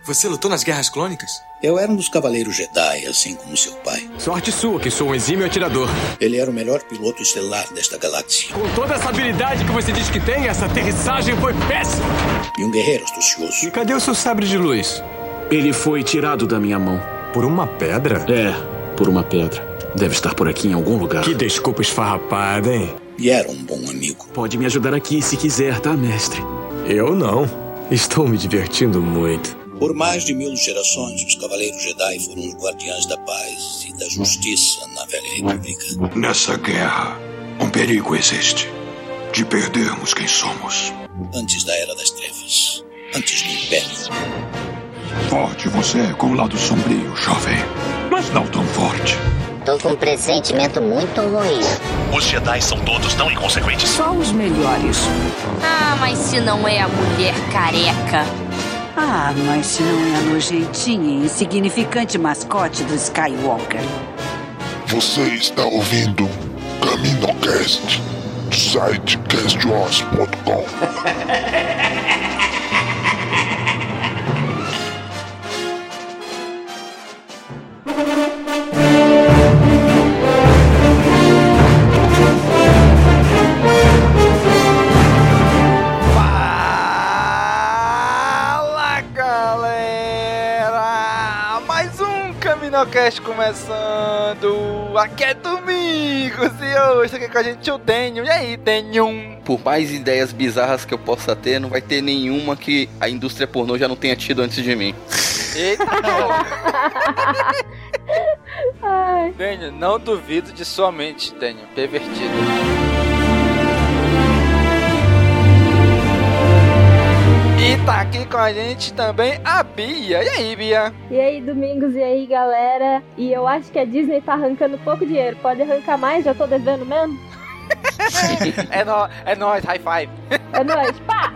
Você lutou nas Guerras Clônicas? Eu era um dos Cavaleiros Jedi, assim como seu pai. Sorte sua, que sou um exímio atirador. Ele era o melhor piloto estelar desta galáxia. Com toda essa habilidade que você diz que tem, essa aterrissagem foi péssima. E um guerreiro astucioso. E cadê o seu sabre de luz? Ele foi tirado da minha mão. Por uma pedra? É, por uma pedra. Deve estar por aqui em algum lugar. Que desculpa esfarrapada, hein? E era um bom amigo. Pode me ajudar aqui se quiser, tá, mestre? Eu não. Estou me divertindo muito. Por mais de 1000 gerações, os Cavaleiros Jedi foram os guardiães da paz e da justiça na Velha República. Nessa guerra, um perigo existe. De perdermos quem somos. Antes da Era das Trevas. Antes do Império. Forte você é com o lado sombrio, jovem. Mas não tão forte. Tô com um pressentimento muito ruim. Os Jedi são todos tão inconsequentes. Só os melhores. Ah, mas se não é a mulher careca? Ah, mas se não é a nojentinha e insignificante mascote do Skywalker. Você está ouvindo CaminoCast do site castwars.com. CaminoCast começando. Aqui é Domingos e hoje aqui com a gente o Daniel. E aí, Daniel? Por mais ideias bizarras que eu possa ter, não vai ter nenhuma que a indústria pornô já não tenha tido antes de mim. Eita! Daniel, não duvido de sua mente, Daniel, pervertido. E tá aqui com a gente também a Bia. E aí, Bia? E aí, Domingos, e aí, galera? E eu acho que a Disney tá arrancando pouco dinheiro. Pode arrancar mais? Já tô devendo mesmo? É nóis, high five. É nóis, pá!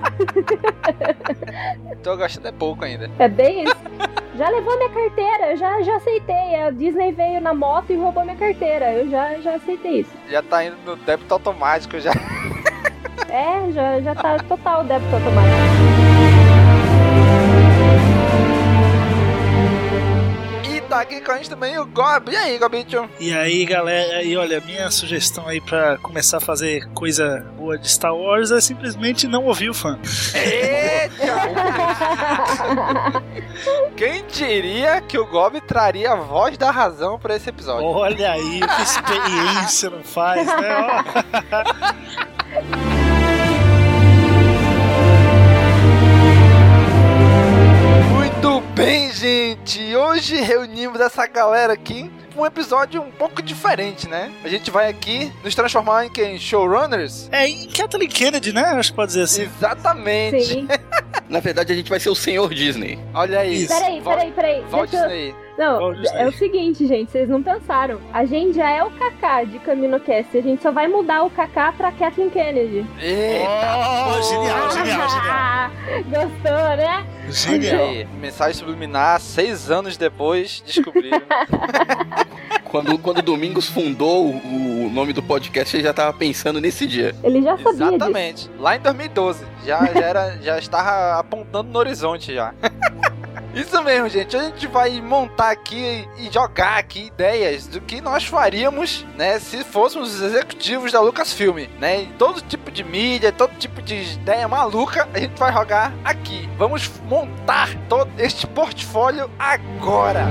Tô gostando é pouco ainda. É bem isso. Já levou minha carteira, eu já aceitei. A Disney veio na moto e roubou minha carteira. Eu já aceitei isso. Já tá indo no débito automático já. É, já tá total débito automático. Tá aqui com a gente também o Gob. E aí, Gobicho? E aí, galera, e olha, minha sugestão aí pra começar a fazer coisa boa de Star Wars é simplesmente não ouvir o fã. Eita! Quem diria que o Gob traria a voz da razão pra esse episódio? Olha aí, que experiência não faz, né? Muito bem, gente, hoje reunimos essa galera aqui um episódio um pouco diferente, né? A gente vai aqui nos transformar em quem? Showrunners? É, em Kathleen Kennedy, né? Acho que pode dizer assim. Exatamente. Sim. Na verdade, a gente vai ser o Senhor Disney. Olha aí. Peraí. Walt Disney. Não, é o seguinte, gente, vocês não pensaram. A gente já é o Kaká de CaminoCast, a gente só vai mudar o Kaká pra Kathleen Kennedy. Eita! Genial. Gostou, né? Genial. Mensagem subliminar, 6 anos depois, descobriram. Quando o Domingos fundou o nome do podcast, ele já tava pensando nesse dia. Ele já sabia Exatamente. disso. Lá em 2012. Já estava apontando no horizonte já. Isso mesmo, gente. A gente vai montar aqui e jogar aqui ideias do que nós faríamos, né, se fôssemos os executivos da Lucasfilm, né? Em todo tipo de mídia, todo tipo de ideia maluca, a gente vai jogar aqui. Vamos montar todo este portfólio agora.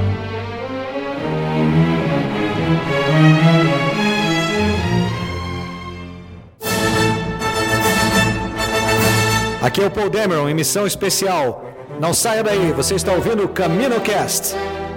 Aqui é o Paul Dameron em missão especial. Não saia daí, você está ouvindo o CaminoCast.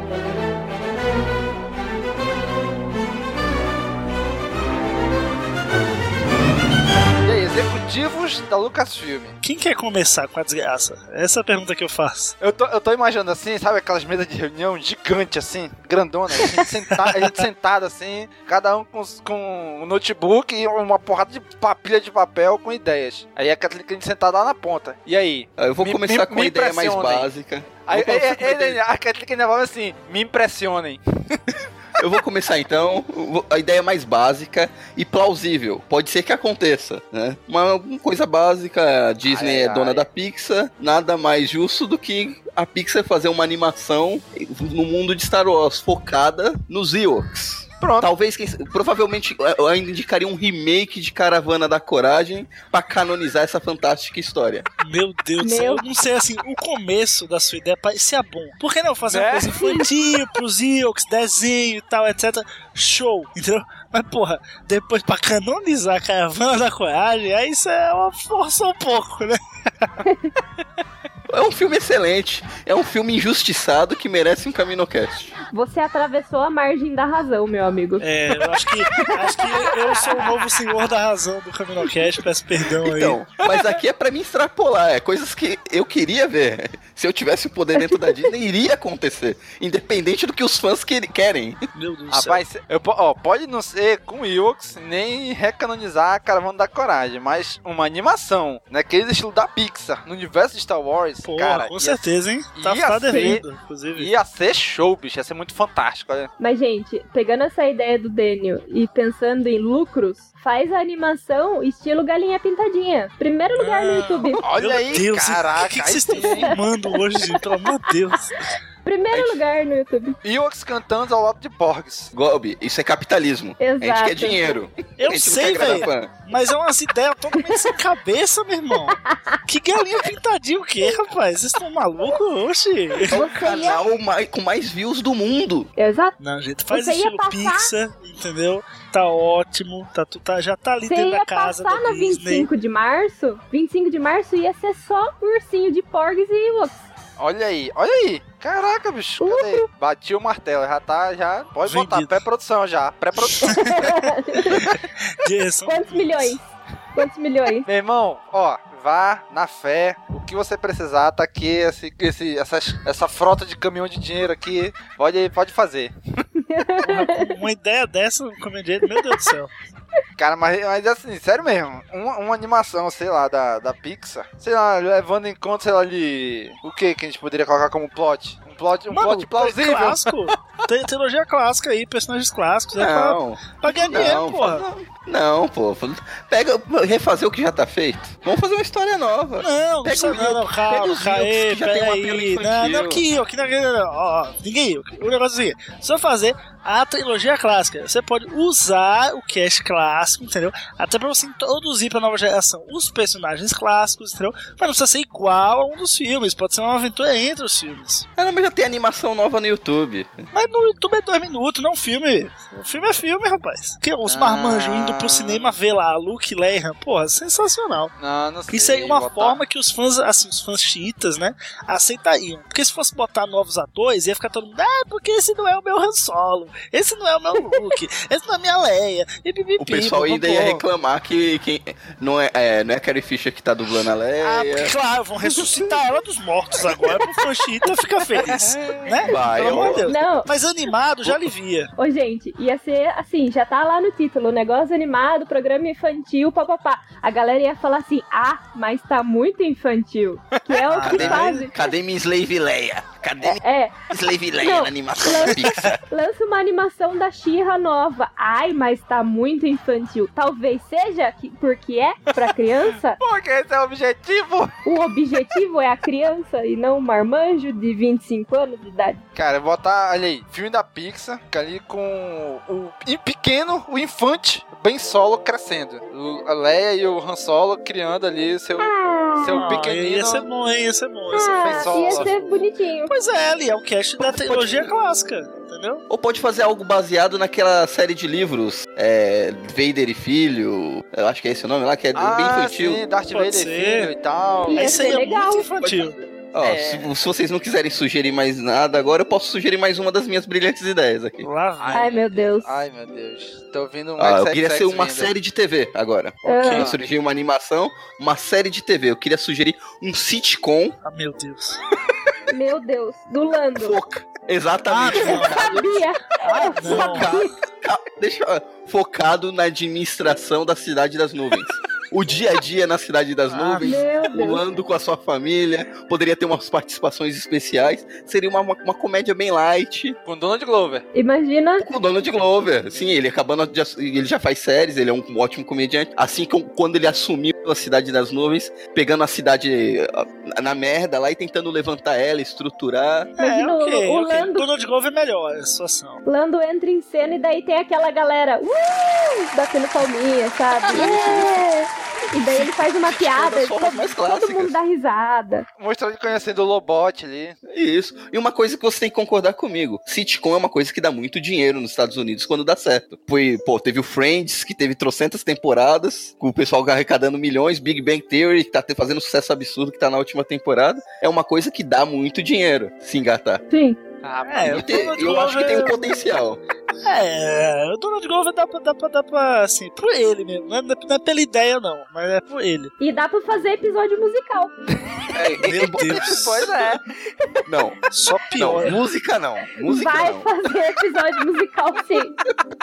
E aí, executivos da Lucasfilm. Quem quer começar com a desgraça? Essa é a pergunta que eu faço. Eu tô imaginando assim, sabe aquelas mesas de reunião gigante assim, grandona, a gente sentado assim, cada um com um notebook e uma porrada de pilha de papel com ideias. Aí a Kathleen sentada lá na ponta. E aí? Eu vou começar com uma ideia mais básica. Aí a Kathleen falava assim, me impressionem. Eu vou começar então. A ideia mais básica e plausível. Pode ser que aconteça, né? Uma coisa básica, a Disney é dona da Pixar. Nada mais justo do que a Pixar fazer uma animação no mundo de Star Wars focada nos Ewoks. Pronto. Talvez, provavelmente, eu ainda indicaria um remake de Caravana da Coragem pra canonizar essa fantástica história. Meu Deus do céu, eu não sei, assim, o começo da sua ideia parecia bom. Por que não fazer uma coisa infantil pros Ewoks, desenho e tal, etc. Show, entendeu? Mas, porra, depois pra canonizar a Caravana da Coragem, aí isso é uma força um pouco, né? É um filme excelente. É um filme injustiçado que merece um CaminoCast. Você atravessou a margem da razão, meu amigo. Eu acho que eu sou o novo senhor da razão do CaminoCast. Peço perdão aí. Então, mas aqui é pra mim extrapolar. É coisas que eu queria ver. Se eu tivesse o poder dentro da Disney, iria acontecer. Independente do que os fãs querem. Meu Deus do céu. Rapaz, pode não ser com Ewoks, nem recanonizar a Caravana da Coragem, mas uma animação, naquele estilo da Pixar, no universo de Star Wars. Pô, cara, com certeza, hein? Tá devendo, inclusive. Ia ser show, bicho. Ia ser muito fantástico, olha. Mas, gente, pegando essa ideia do Daniel e pensando em lucros, faz a animação estilo Galinha Pintadinha. Primeiro lugar no YouTube. Olha aí, Deus, caraca. O que vocês estão filmando hoje, gente? Pelo amor de Deus. Primeiro lugar no YouTube. Ewoks cantando ao lado de Porgs. Golbe, isso é capitalismo. Exato. A gente quer dinheiro. Eu sei, velho. Mas é umas ideias totalmente sem cabeça, meu irmão. Que galinha pintadinha o quê, rapaz? Vocês estão malucos? Oxi. É o canal com mais views do mundo. Exato. Não, gente, faz estilo Pixar, entendeu? Tá ótimo, já tá ali dentro da casa da Disney. Você ia passar no 25 de março? 25 de março ia ser só ursinho de Porgs e Ewoks. Olha aí. Caraca, bicho, cadê? Bati o martelo, já pode Vendido. botar pré-produção já, pré-produção. Quantos milhões? Meu irmão, vá na fé, o que você precisar, tá aqui, essa frota de caminhão de dinheiro aqui, pode fazer. Uma ideia dessa, no caminhão de dinheiro, meu Deus do céu. Cara, mas assim, sério mesmo, uma animação, sei lá, da Pixar, sei lá, levando em conta, sei lá, o que a gente poderia colocar como plot? Um plot plausível. Clássico. Tem trilogia clássica aí, personagens clássicos. Pra ganhar dinheiro, porra. Não, pô. Refazer o que já tá feito. Vamos fazer uma história nova. Não, calma, peraí. Não, aqui, ninguém. O negócio é o seguinte: só fazer a trilogia clássica. Você pode usar o cast clássico, entendeu? Até pra você introduzir pra nova geração os personagens clássicos, entendeu? Mas não precisa ser igual a um dos filmes. Pode ser uma aventura entre os filmes. Mas já tem animação nova no YouTube. Mas no YouTube é 2 minutos, não filme. O filme é filme, rapaz. Que os marmanjos indo pro cinema ver lá Luke e Leia, porra, sensacional. Não sei. Isso aí é uma forma que os fãs, assim, os fãs chiitas, né, aceitariam. Porque se fosse botar novos atores, ia ficar todo mundo, porque esse não é o meu Han Solo, esse não é o meu Luke, esse não é a minha Leia. O pessoal ainda ia reclamar que não é a Carrie Fisher que tá dublando a Leia. Claro, vão ressuscitar ela dos mortos agora pro fã chiita ficar feliz. Né? Vai, pelo amor de Deus. Não. Mas animado já alivia. Ô, gente, ia ser assim, já tá lá no título, negócio animado, programa infantil, papapá. A galera ia falar assim, mas tá muito infantil. Que é o que fazem. Cadê minha Slave Leia? Cadê Slave Leia na animação da Pixar? Lança uma animação da She-Ra nova. Mas tá muito infantil. Talvez seja porque é pra criança. Porque esse é o objetivo. O objetivo é a criança e não o marmanjo de 25 anos de idade. Cara, botar, olha aí, filme da Pixar, ali com o infante Ben Solo crescendo. A Leia e o Han Solo criando ali seu pequenino. Ia ser bom. Ia ser bonitinho. Pois é, ali é o cast da trilogia clássica, entendeu? Ou pode fazer algo baseado naquela série de livros, Vader e Filho, eu acho que é esse o nome lá, que é bem infantil. Sim, Darth Vader e Filho e tal. Isso aí é muito infantil. Se vocês não quiserem sugerir mais nada, agora eu posso sugerir mais uma das minhas brilhantes ideias aqui. Ai, meu Deus. Ai, meu Deus. Tô ouvindo uma eu queria ser uma série de TV agora. Não surgiu uma animação, uma série de TV. Eu queria sugerir um sitcom. Meu Deus. Meu Deus. Do Lando. Exatamente. Eu sabia. Focado na administração da Cidade das Nuvens. o dia a dia na Cidade das Nuvens, pulando com a sua família, poderia ter umas participações especiais, seria uma comédia bem light. Com Donald Glover. Imagina. Com Donald Glover, sim, ele ele já faz séries, ele é um ótimo comediante, assim como quando ele assumiu a Cidade das Nuvens, pegando a cidade na merda lá e tentando levantar ela, estruturar. Imagina o Lando. Donald Glover é melhor a situação. Lando entra em cena e daí tem aquela galera batendo palminha, sabe? E daí ele faz uma piada e todo mundo dá risada. Mostrando conhecendo o Lobot ali. Isso. E uma coisa que você tem que concordar comigo. Sitcom é uma coisa que dá muito dinheiro nos Estados Unidos quando dá certo. Teve o Friends, que teve trocentas temporadas, com o pessoal arrecadando milhões. Big Bang Theory, que tá fazendo um sucesso absurdo, que tá na última temporada. É uma coisa que dá muito dinheiro se engatar. Sim. Eu acho que tem um potencial. O Donald Glover dá pra assim, por ele mesmo. Não é pela ideia, não, mas é por ele. E dá pra fazer episódio musical. Meu Deus. Pois é. Não. Só pior. Não, música não. Fazer episódio musical, sim.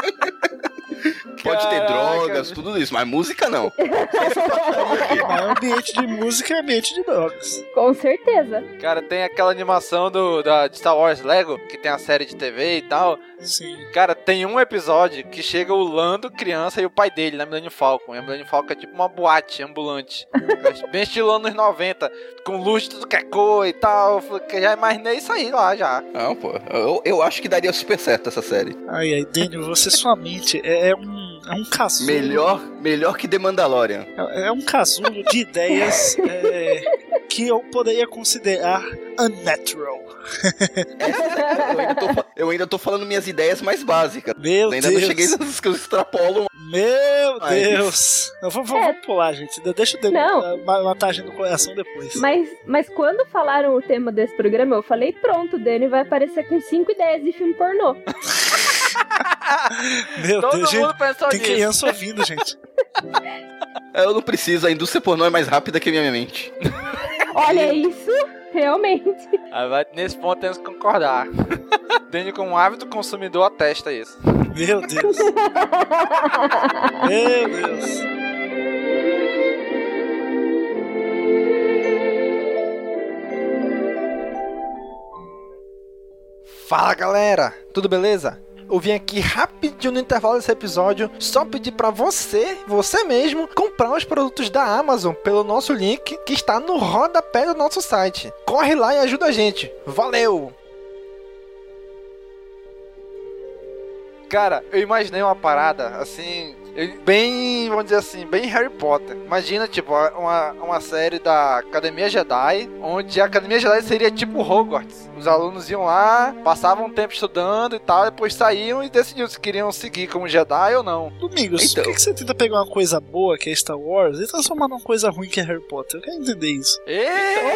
Pode ter drogas, tudo isso, mas música não. Mas ambiente de música é ambiente de drogas. Com certeza. Cara, tem aquela animação de Star Wars Lego, que tem a série de TV e tal. Sim. Cara, tem um episódio que chega o Lando, criança, e o pai dele na Millennium Falcon. E a Millennium Falcon é tipo uma boate ambulante. Bem estilo anos 90, com luz de tudo que é cor e tal. Eu já imaginei isso aí lá, já. Não, pô. Eu acho que daria super certo essa série. Ai, Daniel, você sua mente é um casulo. Melhor que The Mandalorian. É um casulo de ideias que eu poderia considerar unnatural. Eu ainda tô falando minhas ideias mais básicas. Meu Deus. Não cheguei nas que eu extrapolo. Meu Deus. Vamos pular, gente. Deixa o dedo matar a gente no coração depois. Mas quando falaram o tema desse programa, eu falei, pronto, o Dani vai aparecer com 5 ideias de filme pornô. Meu Todo Deus, mundo gente. pensou Tem nisso. criança ouvindo, gente. Eu não preciso, a indústria pornô é mais rápida que a minha mente. Olha isso, realmente. Nesse ponto temos que concordar. Dani, como ávido consumidor, atesta isso. Meu Deus. Meu Deus. Fala, galera, tudo beleza? Eu vim aqui rapidinho no intervalo desse episódio só pedir pra você mesmo, comprar os produtos da Amazon pelo nosso link que está no rodapé do nosso site. Corre lá e ajuda a gente. Valeu! Cara, eu imaginei uma parada, assim, bem, vamos dizer assim, bem Harry Potter. Imagina, tipo, uma série da Academia Jedi, onde a Academia Jedi seria tipo Hogwarts. Os alunos iam lá, passavam um tempo estudando e tal, depois saíam e decidiam se queriam seguir como Jedi ou não. Domingos, então, por que você tenta pegar uma coisa boa, que é Star Wars, e transformar numa coisa ruim, que é Harry Potter? Eu quero entender isso. Eita!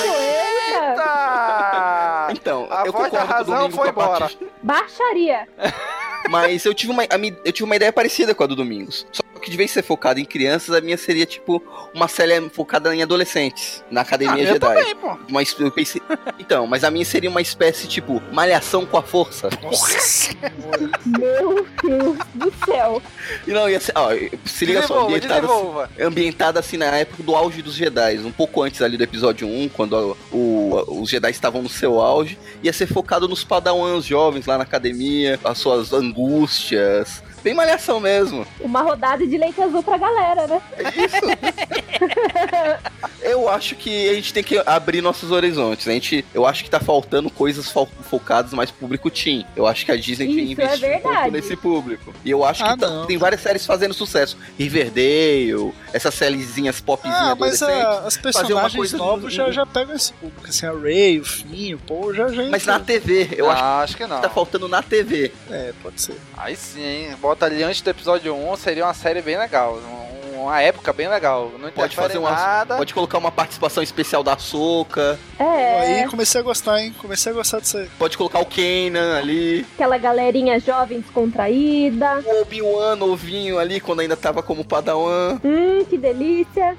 Então, a voz da razão foi embora. Baixaria. Mas eu tive uma ideia parecida com a do Domingos. Só que de vez de ser focada em crianças, a minha seria tipo uma série focada em adolescentes, na Academia Jedi. Também, pô. Mas eu pensei, então, mas a minha seria uma espécie tipo Malhação com a Força. Nossa. Meu Deus do céu. E não, ia ser, se liga só, ambientada assim na época do auge dos Jedi, um pouco antes ali do episódio 1, quando os Jedi estavam no seu auge. Ia ser focado nos padawans jovens lá na academia, as suas angústias. Bem Malhação mesmo. Uma rodada de leite azul pra galera, né? É isso. Eu acho que a gente tem que abrir nossos horizontes. Eu acho que tá faltando coisas focadas mais pro público teen. Eu acho que a Disney tinha investido um pouco nesse público. E eu acho que tem várias séries fazendo sucesso. Riverdale, essas sériezinhas popzinhas adolescentes. Mas as personagens novos já pegam esse público. Assim, a Rey, o Finn, o Paul, já... Mas na TV, eu acho que não. Tá faltando na TV. É, pode ser. Aí sim, hein? Bota ali antes do episódio 1, seria uma série bem legal. Uma época bem legal. Não pode fazer nada. Pode colocar uma participação especial da Ahsoka. Aí comecei a gostar, hein? Comecei a gostar disso aí. Pode colocar o Kanan ali. Aquela galerinha jovem descontraída. O Obi-Wan novinho ali, quando ainda tava como Padawan. Que delícia.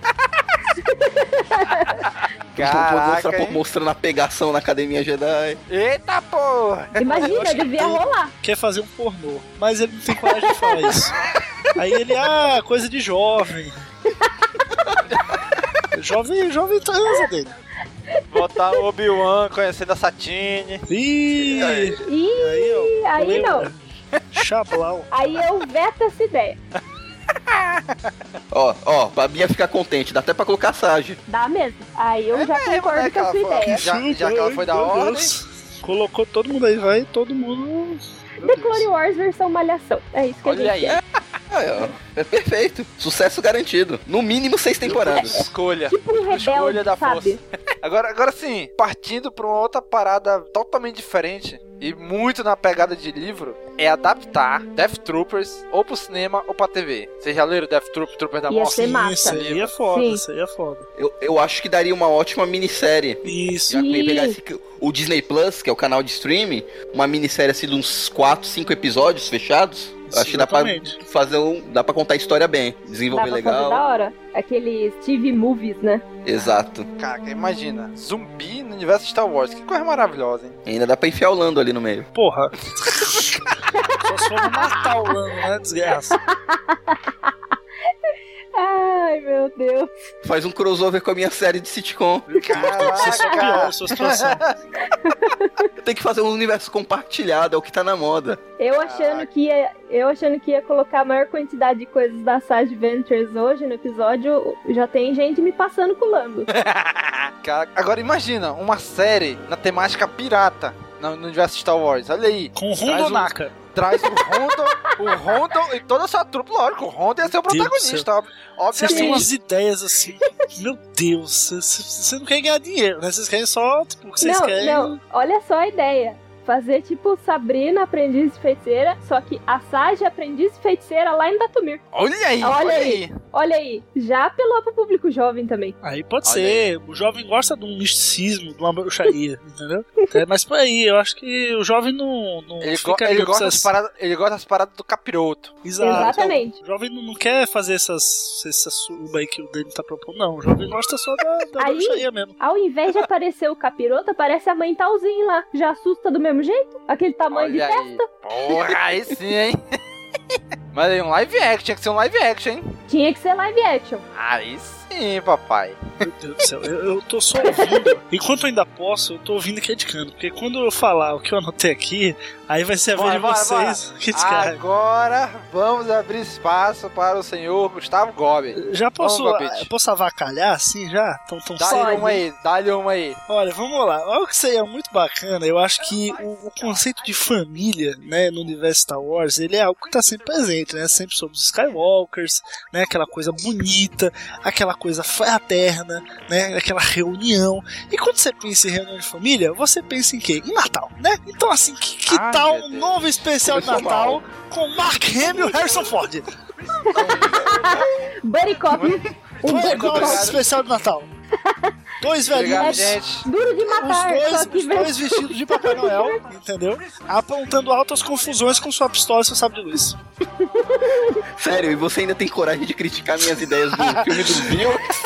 Caraca, mostrando a pegação na Academia Jedi. Eita porra! Imagina, devia rolar. Quer fazer um pornô, mas ele não tem coragem de falar isso. Aí ele, coisa de jovem. Jovem transa dele. Botar o Obi-Wan conhecendo a Satine. Aí não. Chablau. Aí eu veto essa ideia. Ó, pra Bia ficar contente, dá até pra colocar a Sage. Dá mesmo. Aí eu já concordo com a sua ideia. Já que ela foi da ordem. Colocou todo mundo aí, vai todo mundo. The Clone Wars versão malhação. É isso que a gente quer. É perfeito. Sucesso garantido. No mínimo 6 temporadas. Escolha. Tipo um rebelde, da sabe? força. Agora sim, partindo pra uma outra parada totalmente diferente e muito na pegada de livro, é adaptar Death Troopers ou pro cinema ou pra TV. Vocês já leram Death Troopers da Morte? Isso aí é foda, Eu acho que daria uma ótima minissérie. Isso. Já que eu ia pegar o Disney Plus, que é o canal de streaming, uma minissérie assim de uns 4, 5 episódios fechados. Acho que dá pra fazer dá pra contar a história bem, desenvolver legal. Fazer da hora. Aqueles TV movies, né? Exato. Cara, imagina, zumbi no universo Star Wars, que coisa maravilhosa, hein? Ainda dá pra enfiar o Lando ali no meio. Porra. Só se for matar o Lando, né? Desgraça. Ai, meu Deus. Faz um crossover com a minha série de sitcom. Caraca, a sua situação. Tem que fazer um universo compartilhado, é o que tá na moda. Eu achando que ia colocar a maior quantidade de coisas da Sage Ventures hoje no episódio, já tem gente me passando com o Lando. Cara, agora imagina uma série na temática pirata no universo Star Wars. Olha aí. Com o Hondo Naka. Traz o Rondo e toda a sua trupe, lógico, o Rondo ia ser o protagonista, obviamente. Vocês têm umas ideias assim, meu Deus, você não quer ganhar dinheiro, né? Vocês querem só, tipo, o que vocês querem... Não, olha só a ideia. Fazer tipo Sabrina, aprendiz de feiticeira, só que a Sage, aprendiz de feiticeira lá em Dathomir. Olha aí. Olha aí. Já apelou pro público jovem também. Aí pode ser. O jovem gosta de um misticismo, de uma bruxaria, entendeu? Mas por aí, eu acho que o jovem não ele gosta das paradas do capiroto. Exatamente. Então, o jovem não quer fazer essa suruba aí que o Dani tá propondo, não. O jovem gosta só da bruxaria mesmo. Ao invés de aparecer o capiroto, aparece a mãe Talzinho lá. Já assusta do mesmo jeito? Aquele tamanho de testa? Porra, aí sim, hein? Mas aí um live action, tinha que ser um live action, hein? Tinha que ser live action. Aí sim, papai. Meu Deus do céu, eu tô só ouvindo. Enquanto eu ainda posso, eu tô ouvindo e criticando. Porque quando eu falar o que eu anotei aqui, aí vai ser a vez de vocês criticarem. Agora vamos abrir espaço para o senhor Gustavo Gobi. Já posso avacalhar assim já? Dá-lhe uma aí. Olha, vamos lá. Olha o que seria muito bacana. Eu acho que o conceito de família, né, no universo Star Wars, ele é algo que tá sempre presente, né? Sempre sobre os Skywalkers, né? Aquela coisa bonita, aquela coisa fraterna, né? Aquela reunião. E quando você pensa em reunião de família, você pensa em quê? Em Natal, né? Então assim, que tal um novo especial de Natal com Mark Hamill e Harrison Ford? Buddy Cop. Um novo especial de Natal. Dois velhinhos. Duro de matar. Os dois vestidos de Papai Noel, entendeu? Apontando altas confusões com sua pistola e seu sabre de luz. Sério, e você ainda tem coragem de criticar minhas ideias do filme do Bill?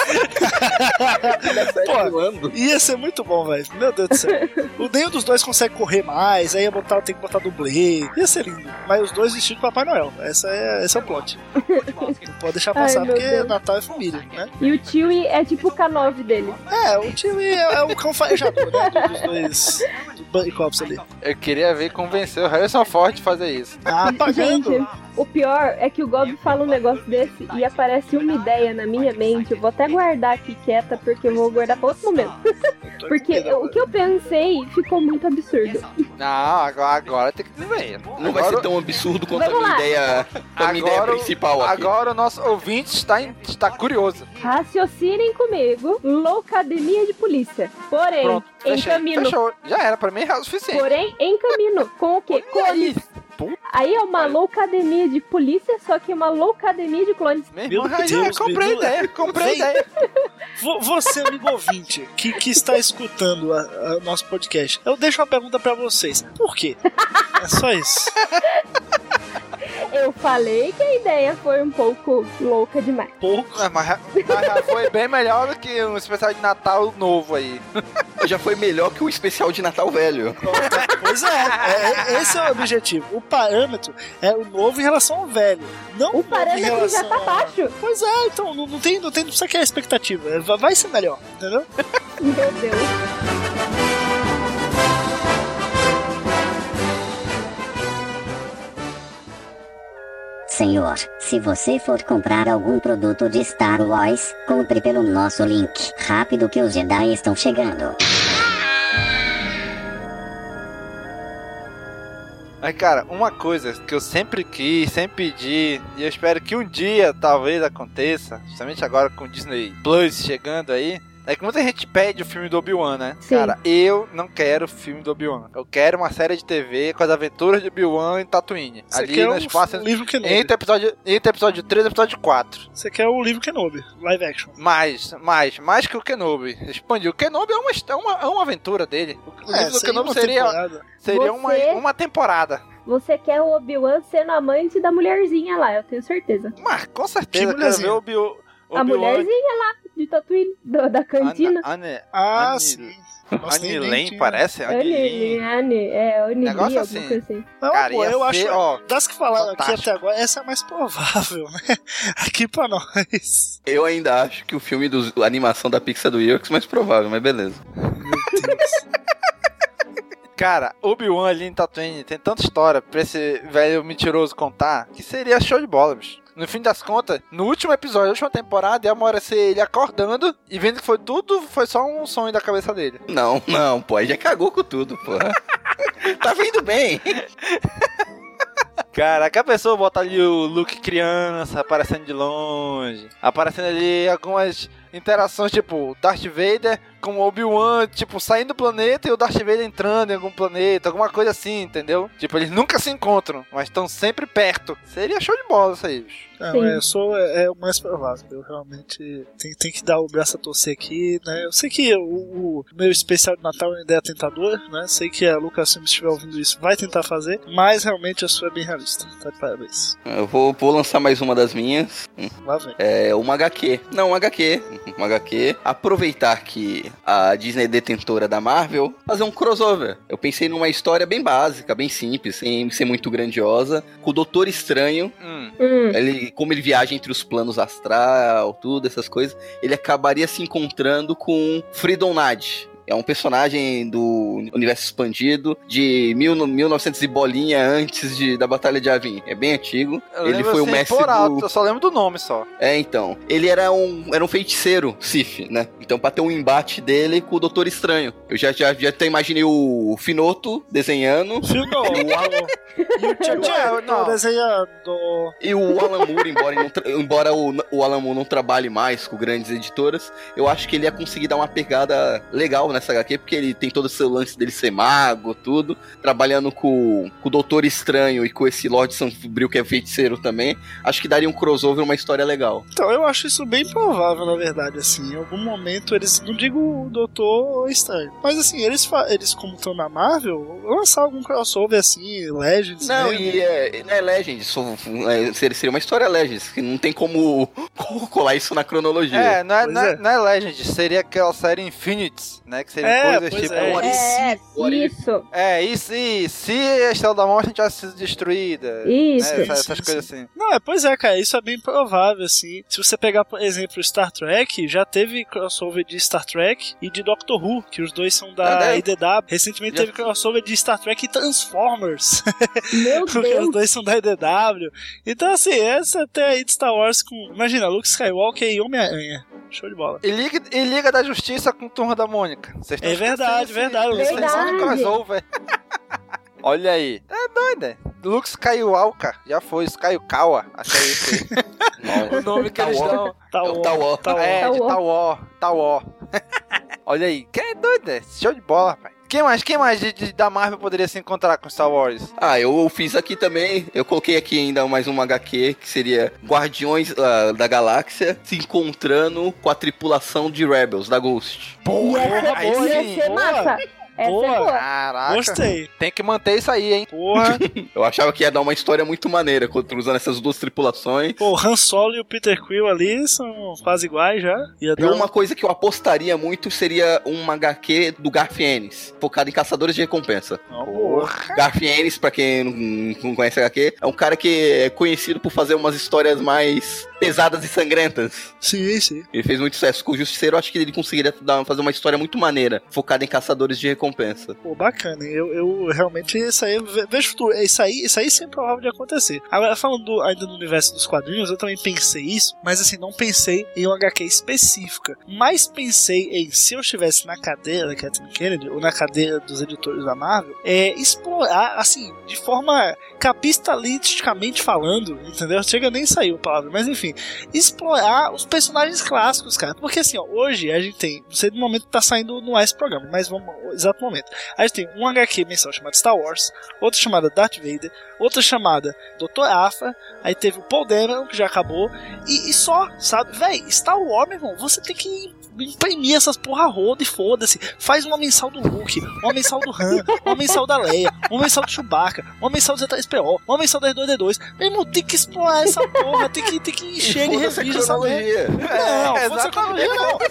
Pô, ia ser muito bom, velho. Meu Deus do céu. Nenhum dos dois consegue correr mais, aí tem que botar dublê. Ia ser lindo. Mas os dois vestidos de Papai Noel. Esse é o plot. Não pode deixar passar, porque Natal é família, né? E o Chewie é tipo o K9 dele. O Chewie é o cão farejador, né? Dos dois Buddy Cops ali. Eu queria ver convencer o Harrison Ford de fazer isso. Pagando. Gente, o pior é que o Gob fala um negócio desse e aparece uma ideia na minha mente. Eu vou até guardar aqui quieta, porque eu vou guardar pra outro momento. Porque o que eu pensei ficou muito absurdo. Não, agora tem que ver. Não vai ser tão absurdo quanto a minha ideia principal aqui. Agora o nosso ouvinte está curioso. Raciocinem comigo. Loucademia de polícia. Porém, pronto, em caminho. Fechou. Já era, pra mim é o suficiente. Porém, em caminho. Com o quê? Clones. Aí é uma loucademia de polícia, só que é uma loucademia de clones. Meu Deus, comprei ideia. Você, amigo ouvinte, que está escutando o nosso podcast, eu deixo uma pergunta pra vocês. Por quê? É só isso. Eu falei que a ideia foi um pouco louca demais. Pouco? Mas foi bem melhor do que um especial de Natal novo aí. Já foi melhor que o especial de Natal velho. Pois esse é o objetivo. O parâmetro é o novo em relação ao velho. Não o parâmetro já tá baixo. Pois é, então não precisa criar expectativa. Vai ser melhor, entendeu? Meu Deus. Senhor, se você for comprar algum produto de Star Wars, compre pelo nosso link. Rápido que os Jedi estão chegando. Mas, cara, uma coisa que eu sempre quis, sempre pedi, e eu espero que um dia talvez aconteça, justamente agora com o Disney Plus chegando aí, é que muita gente pede o filme do Obi-Wan, né? Sim. Cara, eu não quero o filme do Obi-Wan. Eu quero uma série de TV com as aventuras de Obi-Wan em Tatooine. Você ali quer no espaço livro Kenobi. entre episódio 3 e episódio 4. Você quer o livro Kenobi, live action. Mais que o Kenobi. Expandiu. O Kenobi é uma aventura dele. O livro do Kenobi seria uma temporada. Você quer o Obi-Wan sendo amante da mulherzinha lá, eu tenho certeza. Mas com certeza, eu quero ver o Obi-Wan. A mulherzinha lá, de Tatooine, da cantina. Sim. Anilen, parece? Anilen, negócio assim. Não, cara, pô, eu acho, das que falaram fantástico. Aqui até agora, essa é a mais provável, né? Aqui pra nós. Eu ainda acho que o filme da animação da Pixar do Ewoks é mais provável, mas beleza. Meu Deus. Cara, Obi-Wan ali em Tatooine tem tanta história pra esse velho mentiroso contar que seria show de bola, bicho. No fim das contas, no último episódio da última temporada, ia uma hora ser ele acordando e vendo que foi só um sonho da cabeça dele. Não, pô, aí já cagou com tudo, pô. Tá vendo bem. Caraca, a pessoa bota ali o Luke criança aparecendo de longe, aparecendo ali algumas interações, tipo, Darth Vader com o Obi-Wan, tipo, saindo do planeta e o Darth Vader entrando em algum planeta, alguma coisa assim, entendeu? Tipo, eles nunca se encontram, mas estão sempre perto. Seria show de bola isso aí, bicho. Não, é o mais provável. Eu realmente tenho que dar o braço a torcer aqui, né? Eu sei que o meu especial de Natal é uma ideia tentadora, né? Sei que a Lucasfilm, se estiver ouvindo isso, vai tentar fazer, mas realmente a sua é bem realista. Tá de parabéns. Eu vou lançar mais uma das minhas. Lá vem. É uma HQ. Não, uma HQ. Uma HQ. Aproveitar que a Disney é detentora da Marvel, fazer um crossover. Eu pensei numa história bem básica, bem simples, sem ser muito grandiosa, com o Doutor Estranho. Como ele viaja entre os planos astral, tudo, essas coisas, ele acabaria se encontrando com Freedom Nod. É um personagem do universo expandido de 1900 e bolinha antes da Batalha de Yavin. É bem antigo. Ele foi o mestre eu só lembro do nome só. Então. Ele era um feiticeiro Sith, né? Então, pra ter um embate dele com o Doutor Estranho. Eu já até imaginei o Finoto desenhando. desenhando. E o Alan Moore, embora o Alan Moore não trabalhe mais com grandes editoras, eu acho que ele ia conseguir dar uma pegada legal nessa HQ, porque ele tem todo o seu lance dele ser mago, tudo, trabalhando com o Doutor Estranho e com esse Lord Sombrio que é feiticeiro também. Acho que daria um crossover, uma história legal. Então, eu acho isso bem provável, na verdade, assim, em algum momento eles, não digo o Doutor Estranho, mas assim, eles como estão na Marvel, lançar algum crossover assim, Legends. Não, né? e é Legends, seria uma história Legends, que não tem como colar isso na cronologia. Não é Legends, seria aquela série Infinities, né? Que seria coisas tipo... Isso. E se a Estrela da Morte tivesse sido destruída. Isso. Né? Essas coisas assim. Não, cara, isso é bem provável, assim. Se você pegar, por exemplo, Star Trek, já teve crossover de Star Trek e de Doctor Who, que os dois são da IDW. Recentemente teve crossover de Star Trek e Transformers. Meu Deus! Porque os dois são da IDW. Então, assim, essa até aí de Star Wars com... Imagina, Luke Skywalker e Homem-Aranha. Show de bola. E Liga da Justiça com Turma da Mônica. É verdade. Crossover. Olha aí. É doido, Luke Skywalker. Já foi, Skywalker. Acho que é isso aí. O nome que eles dão. Tawó. Olha aí. Que é doido, Show de bola, rapaz. Quem mais da Marvel poderia se encontrar com Star Wars? Eu fiz aqui também. Eu coloquei aqui ainda mais uma HQ, que seria Guardiões da Galáxia se encontrando com a tripulação de Rebels, da Ghost. Ia ser massa. Essa Boa. é boa. Caraca. Gostei. Tem que manter isso aí, hein? Porra. Eu achava que ia dar uma história muito maneira cruzando essas duas tripulações. Pô, o Han Solo e o Peter Quill ali são quase iguais já. E uma coisa que eu apostaria muito seria uma HQ do Garth Ennis, focado em caçadores de recompensa. Garth Ennis, pra quem não conhece a HQ, é um cara que é conhecido por fazer umas histórias mais pesadas e sangrentas. Sim, sim. Ele fez muito sucesso. Com o Justiceiro, eu acho que ele conseguiria fazer uma história muito maneira, focada em caçadores de recompensa. Pô, bacana. Eu realmente, isso aí, vejo futuro. Isso aí sempre é provável de acontecer. Agora, falando ainda no universo dos quadrinhos, eu também pensei isso, mas assim, não pensei em uma HQ específica. Mas pensei em, se eu estivesse na cadeira da Kathleen Kennedy, ou na cadeira dos editores da Marvel, explorar, assim, de forma capitalisticamente falando, entendeu? Chega, nem saiu a palavra, mas enfim, explorar os personagens clássicos, cara. Porque assim, ó, hoje a gente tem, não sei do momento que tá saindo no esse programa, mas vamos, exato momento. A gente tem um HQ mensal chamado Star Wars, outra chamada Darth Vader, outra chamada Dr. Aphra, aí teve o Paul Dameron, que já acabou, e só, sabe? Véi, Star Wars, meu irmão, você tem que imprimir essas porra roda e foda-se. Faz uma mensal do Luke, uma mensal do Han, uma mensal da Leia, uma mensal do Chewbacca, uma mensal do Z3PO, uma mensal da R2D2. Meu irmão, tem que explorar essa porra, tem que encher de revista essa merda. Não, foda-se a cronologia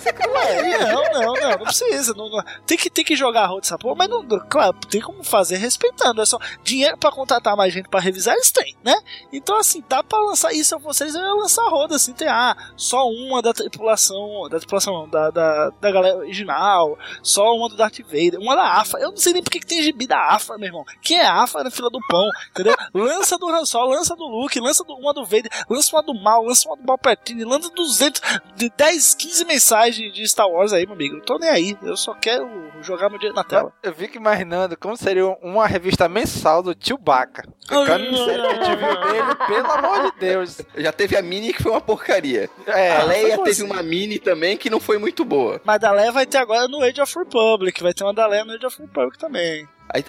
não precisa. Tem que jogar a roda essa porra, mas não, claro, tem como fazer respeitando. É só dinheiro pra contratar mais gente pra revisar, eles têm, né? Então assim, dá pra lançar isso a vocês, eu ia lançar a roda assim, tem só uma da tripulação não, da galera original, só uma do Darth Vader, uma da Aphra. Eu não sei nem porque que tem gibi da Aphra, meu irmão. Quem é Aphra na fila do pão, entendeu? Lança do Han Solo, lança do Luke, lança uma do Vader, lança uma do Mal, lança uma do Palpatine, lança 10, 15 mensagens de Star Wars aí, meu amigo. Eu tô nem aí, eu só quero jogar meu dinheiro na tela. Eu fico imaginando como seria uma revista mensal do Chewbacca. A viu dele, pelo amor de Deus. Já teve a mini que foi uma porcaria. A Leia teve uma mini também que não foi muito boa. Mas da Leia vai ter agora no Age of Republic, vai ter uma da Leia no Age of Republic também.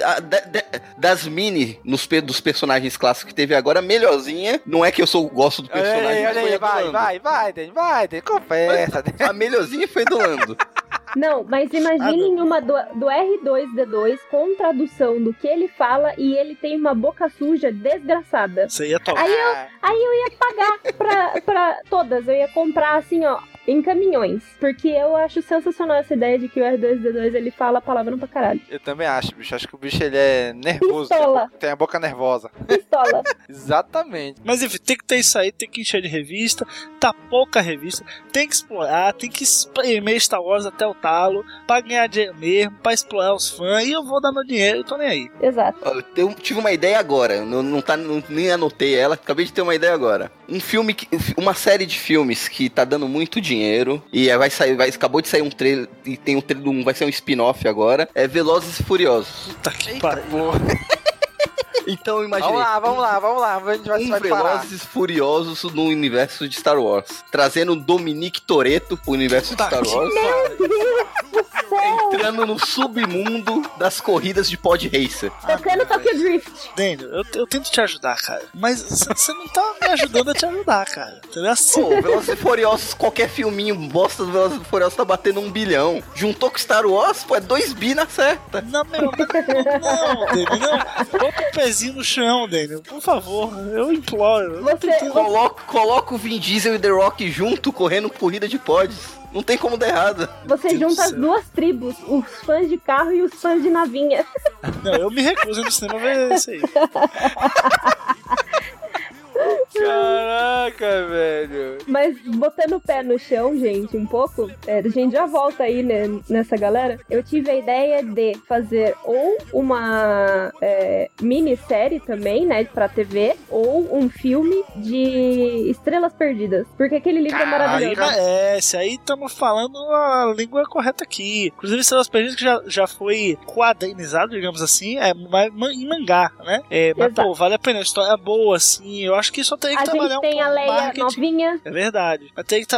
Das mini dos personagens clássicos que teve agora, a melhorzinha, não é que eu gosto do personagem. Olha aí, vai, Dan, confessa. A melhorzinha foi do Lando. Não, mas imaginem uma do R2D2 com tradução do que ele fala e ele tem uma boca suja desgraçada. Você ia tomar. Aí eu ia pagar pra todas, eu ia comprar assim, ó, em caminhões. Porque eu acho sensacional essa ideia de que o R2D2 ele fala palavrão pra caralho. Eu também acho, bicho. Acho que o bicho ele é nervoso. Pistola. Tem a boca nervosa. Pistola. Exatamente. Mas enfim, tem que ter isso aí, tem que encher de revista. Tá pouca revista. Tem que explorar, tem que espremer Star Wars até o talo pra ganhar dinheiro mesmo, pra explorar os fãs. E eu vou dar meu dinheiro e tô nem aí. Exato. Eu tive uma ideia agora. Nem anotei ela, acabei de ter uma ideia agora. Uma série de filmes que tá dando muito dinheiro e acabou de sair um trailer e tem um trailer, vai ser um spin-off agora, é Velozes e Furiosos. Puta que pariu. Então imagine. Vamos lá. A gente vai Velozes e Furiosos no universo de Star Wars. Trazendo Dominique Toretto pro universo de Star Wars. Entrando no submundo das corridas de pod racer. Tocando Tokyo Drift. Daniel, eu tento te ajudar, cara. Mas você não tá me ajudando a te ajudar, cara. Entendeu? Assim. Pô, Velozes e Furiosos, qualquer filminho bosta do Velozes e Furiosos tá batendo 1 bilhão. Juntou com Star Wars, pô, é 2 bi na certa. Não, Daniel, não. Bota um pezinho no chão, Daniel. Por favor, eu imploro. Coloca o Vin Diesel e The Rock junto, correndo corrida de pods. Não tem como dar errado. Você junta as duas tribos, os fãs de carro e os fãs de navinha. Não, eu me recuso no cinema a ver isso aí. Caraca, velho. Mas botando o pé no chão, gente, um pouco, a gente já volta aí, né, nessa galera. Eu tive a ideia de fazer ou uma minissérie também, né, pra TV, ou um filme de Estrelas Perdidas. Porque aquele livro é maravilhoso. Esse aí estamos falando a língua correta aqui. Inclusive, Estrelas Perdidas que já foi quadrinizado, digamos assim, em mangá, né? Mas, pô, vale a pena. A história é boa, assim. Eu acho que só tem que trabalhar um pouco. A gente tem a Leia novinha. É verdade. Mas tem que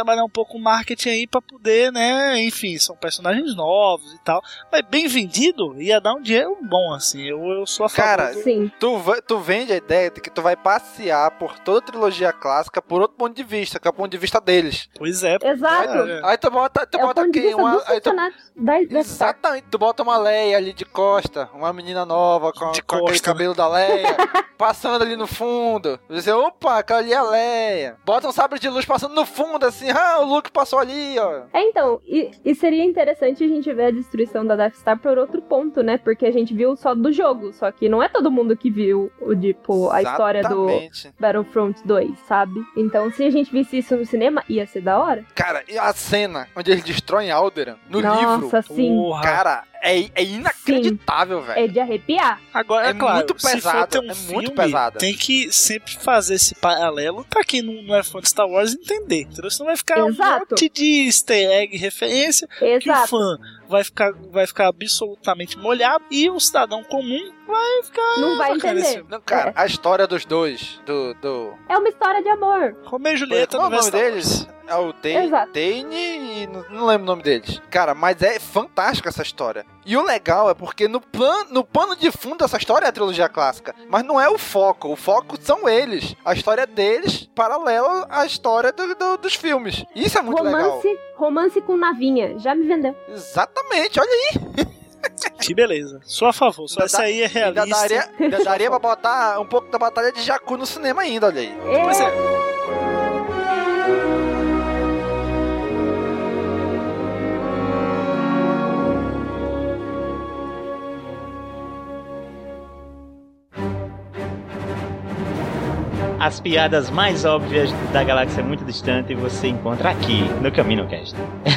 trabalhar um pouco o marketing aí pra poder, né, enfim, são personagens novos e tal, mas bem vendido, ia dar um dinheiro bom, assim, eu sou a favor. Cara, sim. Tu vende a ideia de que tu vai passear por toda a trilogia clássica por outro ponto de vista, que é o ponto de vista deles. Pois é. Exato. Aí tu bota quem? Exatamente, tu bota uma Leia ali de costa, uma menina nova com aquele cabelo da Leia, passando ali no fundo. Você, opa, aquela ali é a Leia. Bota um sabre de luz passando no fundo, assim, o Luke passou ali, ó. Então, e seria interessante a gente ver a destruição da Death Star por outro ponto, né? Porque a gente viu só do jogo, só que não é todo mundo que viu a história do Battlefront 2, sabe? Então, se a gente visse isso no cinema, ia ser da hora. Cara, e a cena onde eles destroem Alderaan no livro? Nossa, sim. Cara, é inacreditável, velho. É de arrepiar. Agora, é claro, muito pesado, se for ter um filme, muito pesado. Tem que sempre fazer esse paralelo pra quem não é fã de Star Wars entender, entendeu? Senão vai ficar um monte de easter egg referência que o fã vai ficar absolutamente molhado e o cidadão comum vai ficar... Não vai entender. Não, cara, a história dos dois, É uma história de amor. Romeu e Julieta no nome deles? É o Dane e não lembro o nome deles. Cara, mas é fantástica essa história. E o legal é porque no pano de fundo dessa história é a trilogia clássica. Mas não é o foco. O foco são eles. A história deles paralela à história dos filmes. Isso é muito legal. Romance com navinha. Já me vendeu. Exatamente, olha aí. Que beleza. Sou a favor. Só essa aí é realista. Ainda daria pra botar um pouco da Batalha de Jakku no cinema ainda, olha aí. Pois é. As piadas mais óbvias da galáxia muito distante você encontra aqui no CaminoCast.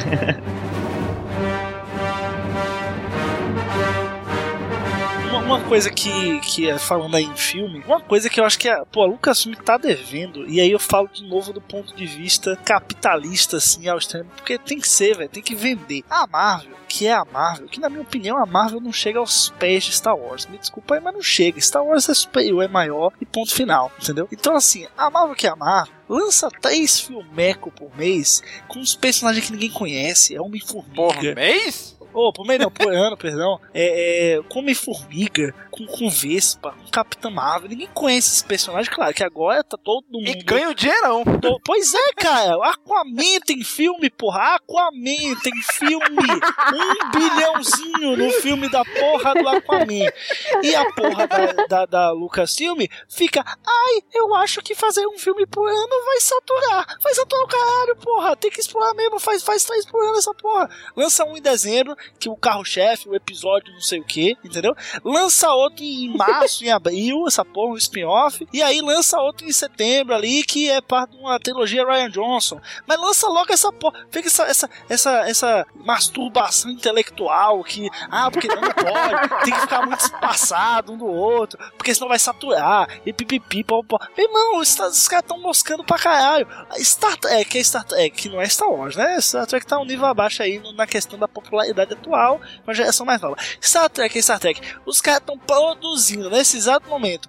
Uma coisa que falando aí em filme, uma coisa que eu acho que a Lucasfilm tá devendo, e aí eu falo de novo do ponto de vista capitalista, assim, ao extremo, porque tem que ser, velho, tem que vender. A Marvel, que na minha opinião a Marvel não chega aos pés de Star Wars, me desculpa aí, mas não chega. Star Wars é superior, é maior e ponto final, entendeu? Então assim, a Marvel lança 3 filmecos por mês com uns personagens que ninguém conhece, é Homem-Formiga. Por mês? Por mês não, por ano, perdão. Com Homem-Formiga, com Vespa, com Capitã Marvel. Ninguém conhece esses personagens, claro que agora tá todo mundo... E ganha o dinheirão. Pois é, cara. Aquaman tem filme, porra. Aquaman tem filme. 1 bilhãozinho no filme da porra do Aquaman. E a porra da Lucasfilm fica... eu acho que fazer um filme por ano vai saturar. Vai saturar o caralho, porra. Tem que explorar mesmo. Faz 3 por ano essa porra. Lança um em dezembro, que o carro-chefe, o episódio não sei o que, entendeu? Lança outro em março, em abril, essa porra, um spin-off, e aí lança outro em setembro ali, que é parte de uma trilogia Rian Johnson. Mas lança logo essa porra, fica essa masturbação intelectual que, porque não pode, tem que ficar muito espaçado um do outro, porque senão vai saturar, e pipipi, pó. Meu irmão, os caras estão moscando pra caralho. Star Trek, que não é Star Wars, né? Star Trek tá um nível abaixo aí na questão da popularidade atual, uma geração mais nova. Star Trek. Os caras estão produzindo, nesse exato momento,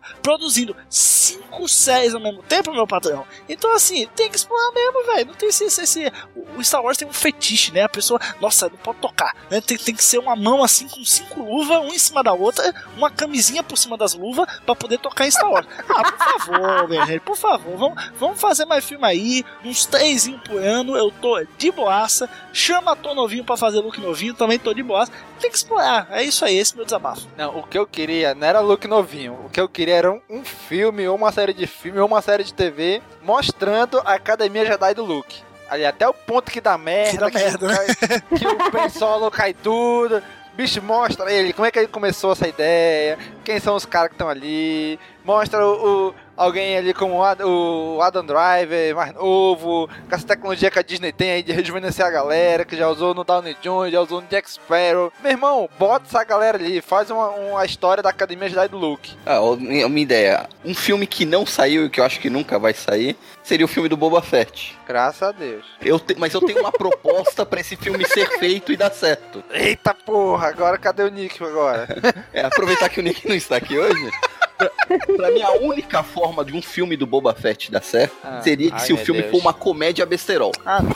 5 séries ao mesmo tempo, meu patrão. Então, assim, tem que explorar mesmo, velho. Não tem o Star Wars tem um fetiche, né? A pessoa, nossa, não pode tocar, né? Tem que ser uma mão assim, com 5 luvas, uma em cima da outra, uma camisinha por cima das luvas, pra poder tocar em Star Wars. Por favor, minha gente, por favor, vamos fazer mais filme aí, uns 3 por ano, eu tô de boaça. Chama ator novinho pra fazer look novinho, também tô de boaça. Tem que explorar, é isso aí, esse é meu desabafo. Não, o que eu queria não era look novinho, o que eu queria era um filme, ou uma série de filme, ou uma série de TV, mostrando a Academia Jedi do Luke. Ali, até o ponto que dá merda, que o Ben Solo cai tudo. Bicho, mostra ele, como é que ele começou essa ideia, quem são os caras que estão ali, mostra alguém ali como o Adam Driver, mais novo, com essa tecnologia que a Disney tem aí de rejuvenescer a galera, que já usou no Downey Jones, já usou no Jack Sparrow. Meu irmão, bota essa galera ali, faz uma história da Academia Jedi do Luke. Uma ideia, um filme que não saiu e que eu acho que nunca vai sair, seria o filme do Boba Fett. Graças a Deus. Mas eu tenho uma proposta pra esse filme ser feito e dar certo. Eita porra, agora cadê o Nick agora? Aproveitar que o Nick não está aqui hoje... Pra mim, a única forma de um filme do Boba Fett dar certo seria que se o filme for uma comédia besterol.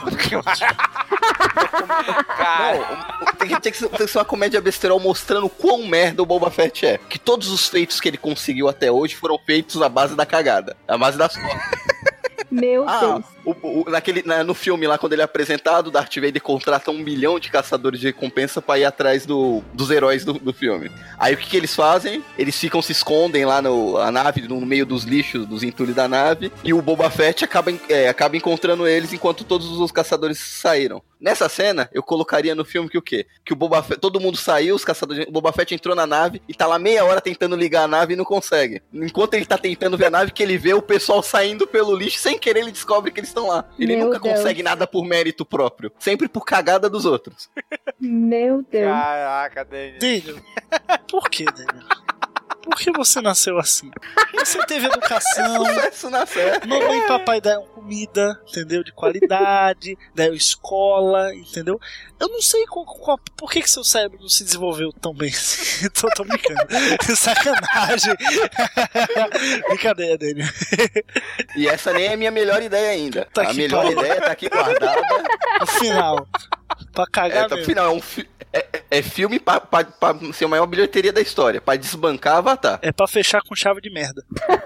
Tem que ser uma comédia besterol mostrando quão merda o Boba Fett é. Que todos os feitos que ele conseguiu até hoje foram feitos à base da cagada. À base das costas. Meu Deus. No filme lá, quando ele é apresentado, o Darth Vader contrata 1 milhão de caçadores de recompensa pra ir atrás dos heróis do filme. Aí o que eles fazem? Eles se escondem lá na nave, no meio dos lixos, dos entulhos da nave, e o Boba Fett acaba encontrando eles enquanto todos os caçadores saíram. Nessa cena, eu colocaria no filme que o quê? Que o Boba Fett, todo mundo saiu, o Boba Fett entrou na nave e tá lá meia hora tentando ligar a nave e não consegue. Enquanto ele tá tentando ver a nave, que ele vê o pessoal saindo pelo lixo, sem querer ele descobre que eles estão lá. Ele nunca consegue nada por mérito próprio, sempre por cagada dos outros. Meu Deus. Caraca, Daniel. Daniel, por que, Daniel? Por que você nasceu assim? Você teve educação, mamãe e papai deram comida, entendeu? De qualidade, deram escola, entendeu? Eu não sei por que seu cérebro não se desenvolveu tão bem assim. Tô brincando. Sacanagem. Brincadeira, Daniel. E essa nem é a minha melhor ideia ainda. A melhor ideia tá aqui guardada. No final. Pra cagar mesmo. Final, é filme pra ser a maior bilheteria da história. Pra desbancar Avatar. É pra fechar com chave de merda.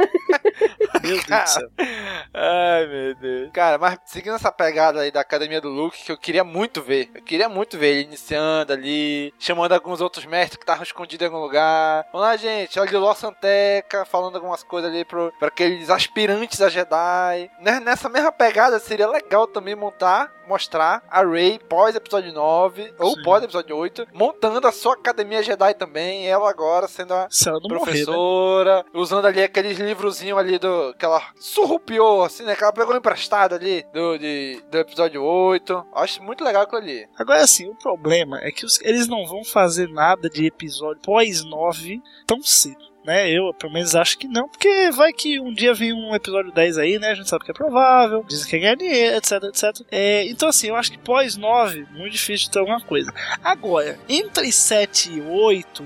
Meu Deus do céu. Ai, meu Deus. Cara, mas seguindo essa pegada aí da Academia do Luke, que eu queria muito ver. Eu queria muito ver ele iniciando ali, chamando alguns outros mestres que estavam escondidos em algum lugar. Vamos lá, gente. Olha o Ló Santeca falando algumas coisas ali pra aqueles aspirantes a Jedi. Nessa mesma pegada, seria legal também mostrar a Rey pós-episódio 9, ou pós-episódio 8, montando a sua Academia Jedi também, ela agora sendo a professora, morrer, né? Usando ali aqueles livrozinhos ali que ela surrupiou, assim, né, que ela pegou emprestado ali do episódio 8. Acho muito legal aquilo ali. Agora, assim, o problema é que eles não vão fazer nada de episódio pós-9 tão cedo. Né, eu pelo menos acho que não, porque vai que um dia vem um episódio 10 aí, né, a gente sabe que é provável, dizem que é ganhar dinheiro, etc, etc. Então assim, eu acho que pós 9, muito difícil de ter alguma coisa. Agora, entre 7 e 8,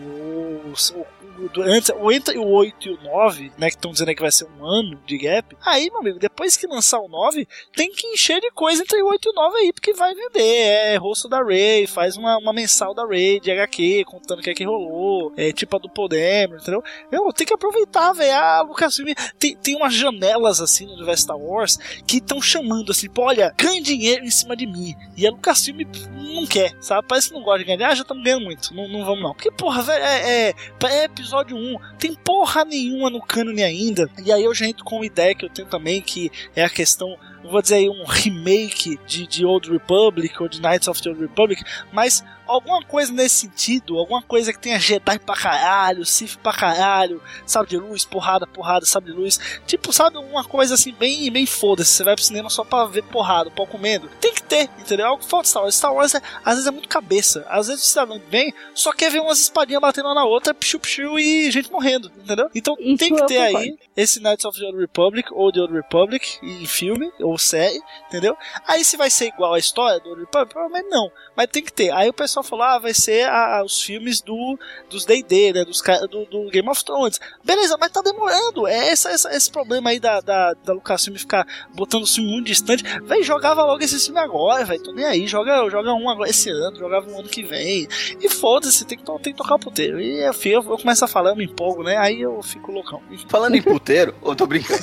ou entre o 8 e o 9, né, que estão dizendo aí que vai ser um ano de gap, aí, meu amigo, depois que lançar o 9, tem que encher de coisa entre o 8 e o 9 aí, porque vai vender, rosto da Rey, faz uma mensal da Rey de HQ, contando o que é que rolou, tipo a do Paul Dameron, entendeu? Eu tenho que aproveitar, velho. Lucasfilm tem umas janelas assim no universo Star Wars que estão chamando assim, pô, olha, ganhe dinheiro em cima de mim. E a Lucasfilm não quer, sabe? Parece que não gosta de ganhar, já estamos ganhando muito. Não vamos não. Porque, porra, velho, é episódio 1, tem porra nenhuma no cânone ainda. E aí eu já entro com uma ideia que eu tenho também, que é a questão, não vou dizer aí um remake de Old Republic ou de Knights of the Old Republic, mas alguma coisa nesse sentido, alguma coisa que tenha Jedi pra caralho, Sith pra caralho, sabre de luz, porrada, sabre de luz, tipo, sabe, uma coisa assim bem foda-se, você vai pro cinema só pra ver porrada, pau comendo, tem que ter, entendeu? Algo que falta Star Wars. Star Wars às vezes é muito cabeça, às vezes o cidadão vem, só quer ver umas espadinhas batendo uma na outra, pichu e gente morrendo, entendeu? Então isso tem que ter aí esse Knights of the Old Republic ou The Old Republic em filme ou série, entendeu? Aí se vai ser igual a história do Old Republic, provavelmente não, mas tem que ter. Aí o pessoal falou, vai ser os filmes dos D&D, né, do Game of Thrones. Beleza, mas tá demorando. É esse problema aí da Lucasfilm ficar botando o filme muito distante. Véi, jogava logo esse filme agora, velho. Tô nem aí. Joga um agora esse ano, jogava um ano que vem. E foda-se, tem que tocar o puteiro. E eu começo a falar, eu me empolgo, né? Aí eu fico loucão. Falando em puteiro, eu tô brincando.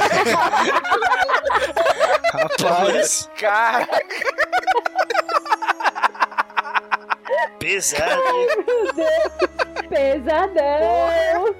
Rapaz. Caraca. Pesado. Ai, meu Deus. Pesadão.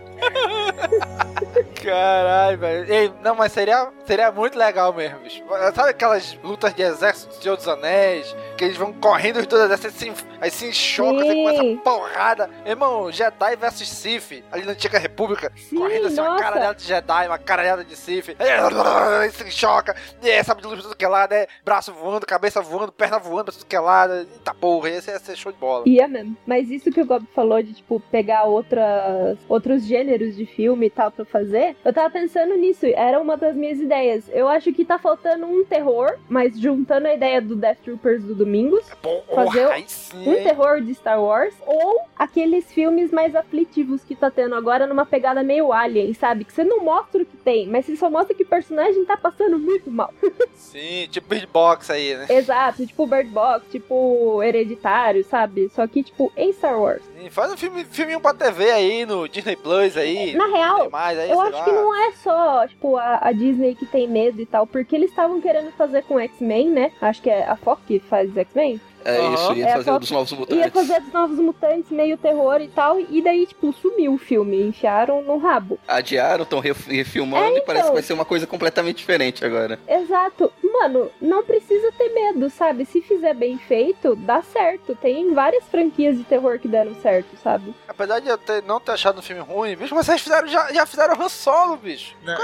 Caralho, velho. Não, mas seria muito legal mesmo, bicho. Sabe aquelas lutas de exército de Outros Anéis? Que eles vão correndo os dois exércitos, aí se enxoca, você começa porrada. Irmão, Jedi versus Sith, ali na Antiga República, correndo assim, uma caralhada de Jedi, uma caralhada de Sith. Aí se enxoca, sabe de luz pra tudo que é lado, braço voando, cabeça voando, perna voando pra tudo que é lado. Eita porra, esse ia ser show de bola. Ia mesmo. Mas isso que o Gob falou de, tipo, pegar outros gêneros de filme e tal pra fazer, Eu tava pensando nisso, era uma das minhas ideias. Eu acho que tá faltando um terror, mas juntando a ideia do Death Troopers do Domingos, fazer um terror de Star Wars, ou aqueles filmes mais aflitivos que tá tendo agora numa pegada meio Alien, sabe? Que você não mostra o que tem, mas você só mostra que o personagem tá passando muito mal. Sim, tipo Bird Box aí, né? Exato, tipo Bird Box, tipo Hereditário, sabe? Só que, tipo, em Star Wars. Sim, faz um filminho pra TV aí, no Disney Plus aí. Na real, aí, eu acho que não é só, tipo, a Disney que tem medo e tal, porque eles estavam querendo fazer com X-Men, né? Acho que é a Fox que faz X-Men. Isso, ia fazer o dos Novos Mutantes. Ia fazer dos Novos Mutantes, meio terror e tal, e daí, tipo, sumiu o filme, enfiaram no rabo. Adiaram, estão refilmando e parece que vai ser uma coisa completamente diferente agora. Exato. Mano, não precisa ter medo, sabe? Se fizer bem feito, dá certo. Tem várias franquias de terror que deram certo, sabe? Apesar de eu não ter achado um filme ruim, bicho, vocês já fizeram Han Solo, bicho. Não,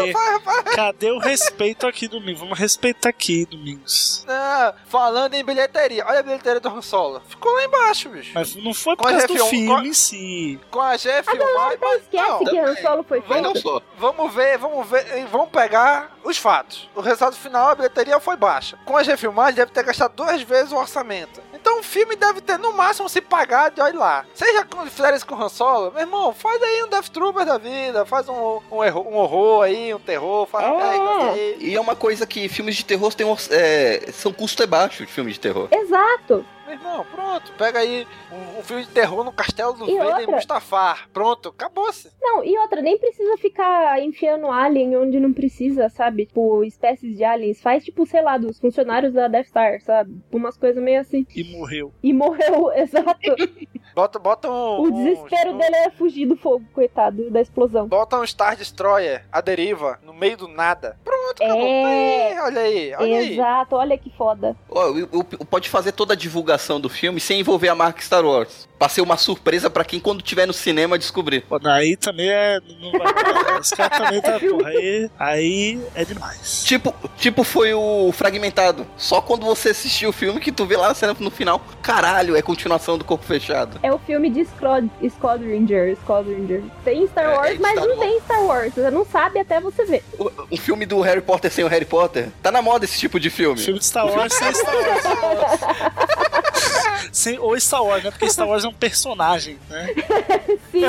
cadê o respeito aqui, Domingos? Vamos respeitar aqui, Domingos. Não, falando em bilheteria, olha a bilheteria do Han Solo. Ficou lá embaixo, bicho. Mas não foi por causa do filme em si. Com a G filmar, mas esquece que Han Solo foi feito. Vamos ver, vamos pegar os fatos. O resultado final, a bilheteria foi baixa. Com a G filmagem, deve ter gastado 2 vezes o orçamento. Então o filme deve ter, no máximo, se pagar de olha lá. Vocês já fizeram isso com o Han Solo? Meu irmão, faz aí um Death Trooper da vida, faz um horror aí, um terror, faz aí. E é uma coisa que filmes de terror são custo baixo de filme de terror. Exato. Meu irmão, pronto, pega aí um filme de terror no Castelo do Vader em Mustafar. Pronto, acabou-se. Não, e outra, nem precisa ficar enfiando alien onde não precisa, sabe? Tipo, espécies de aliens. Faz, tipo, sei lá, dos funcionários da Death Star, sabe? Umas coisas meio assim. E morreu. Exato. Bota um... O desespero dele é fugir do fogo, coitado, da explosão. Bota um Star Destroyer, a deriva, no meio do nada. Pronto, acabou. Olha aí. Exato, olha que foda. Pode fazer toda a divulgação do filme sem envolver a marca Star Wars. Pra ser uma surpresa pra quem, quando tiver no cinema, descobrir. Pô, aí também não vai. Os caras também tá, porra. Aí é demais. Tipo foi o Fragmentado. Só quando você assistiu o filme que tu vê lá na cena no final. Caralho, é continuação do Corpo Fechado. É o filme de Squadronger. Tem Star Wars, mas não tem Star Wars. Você não sabe até você ver. Um filme do Harry Potter sem o Harry Potter. Tá na moda esse tipo de filme. Filme de Star Wars sem Star Wars. Sem o Star Wars, né? Porque Star Wars é um personagem, né? Sim.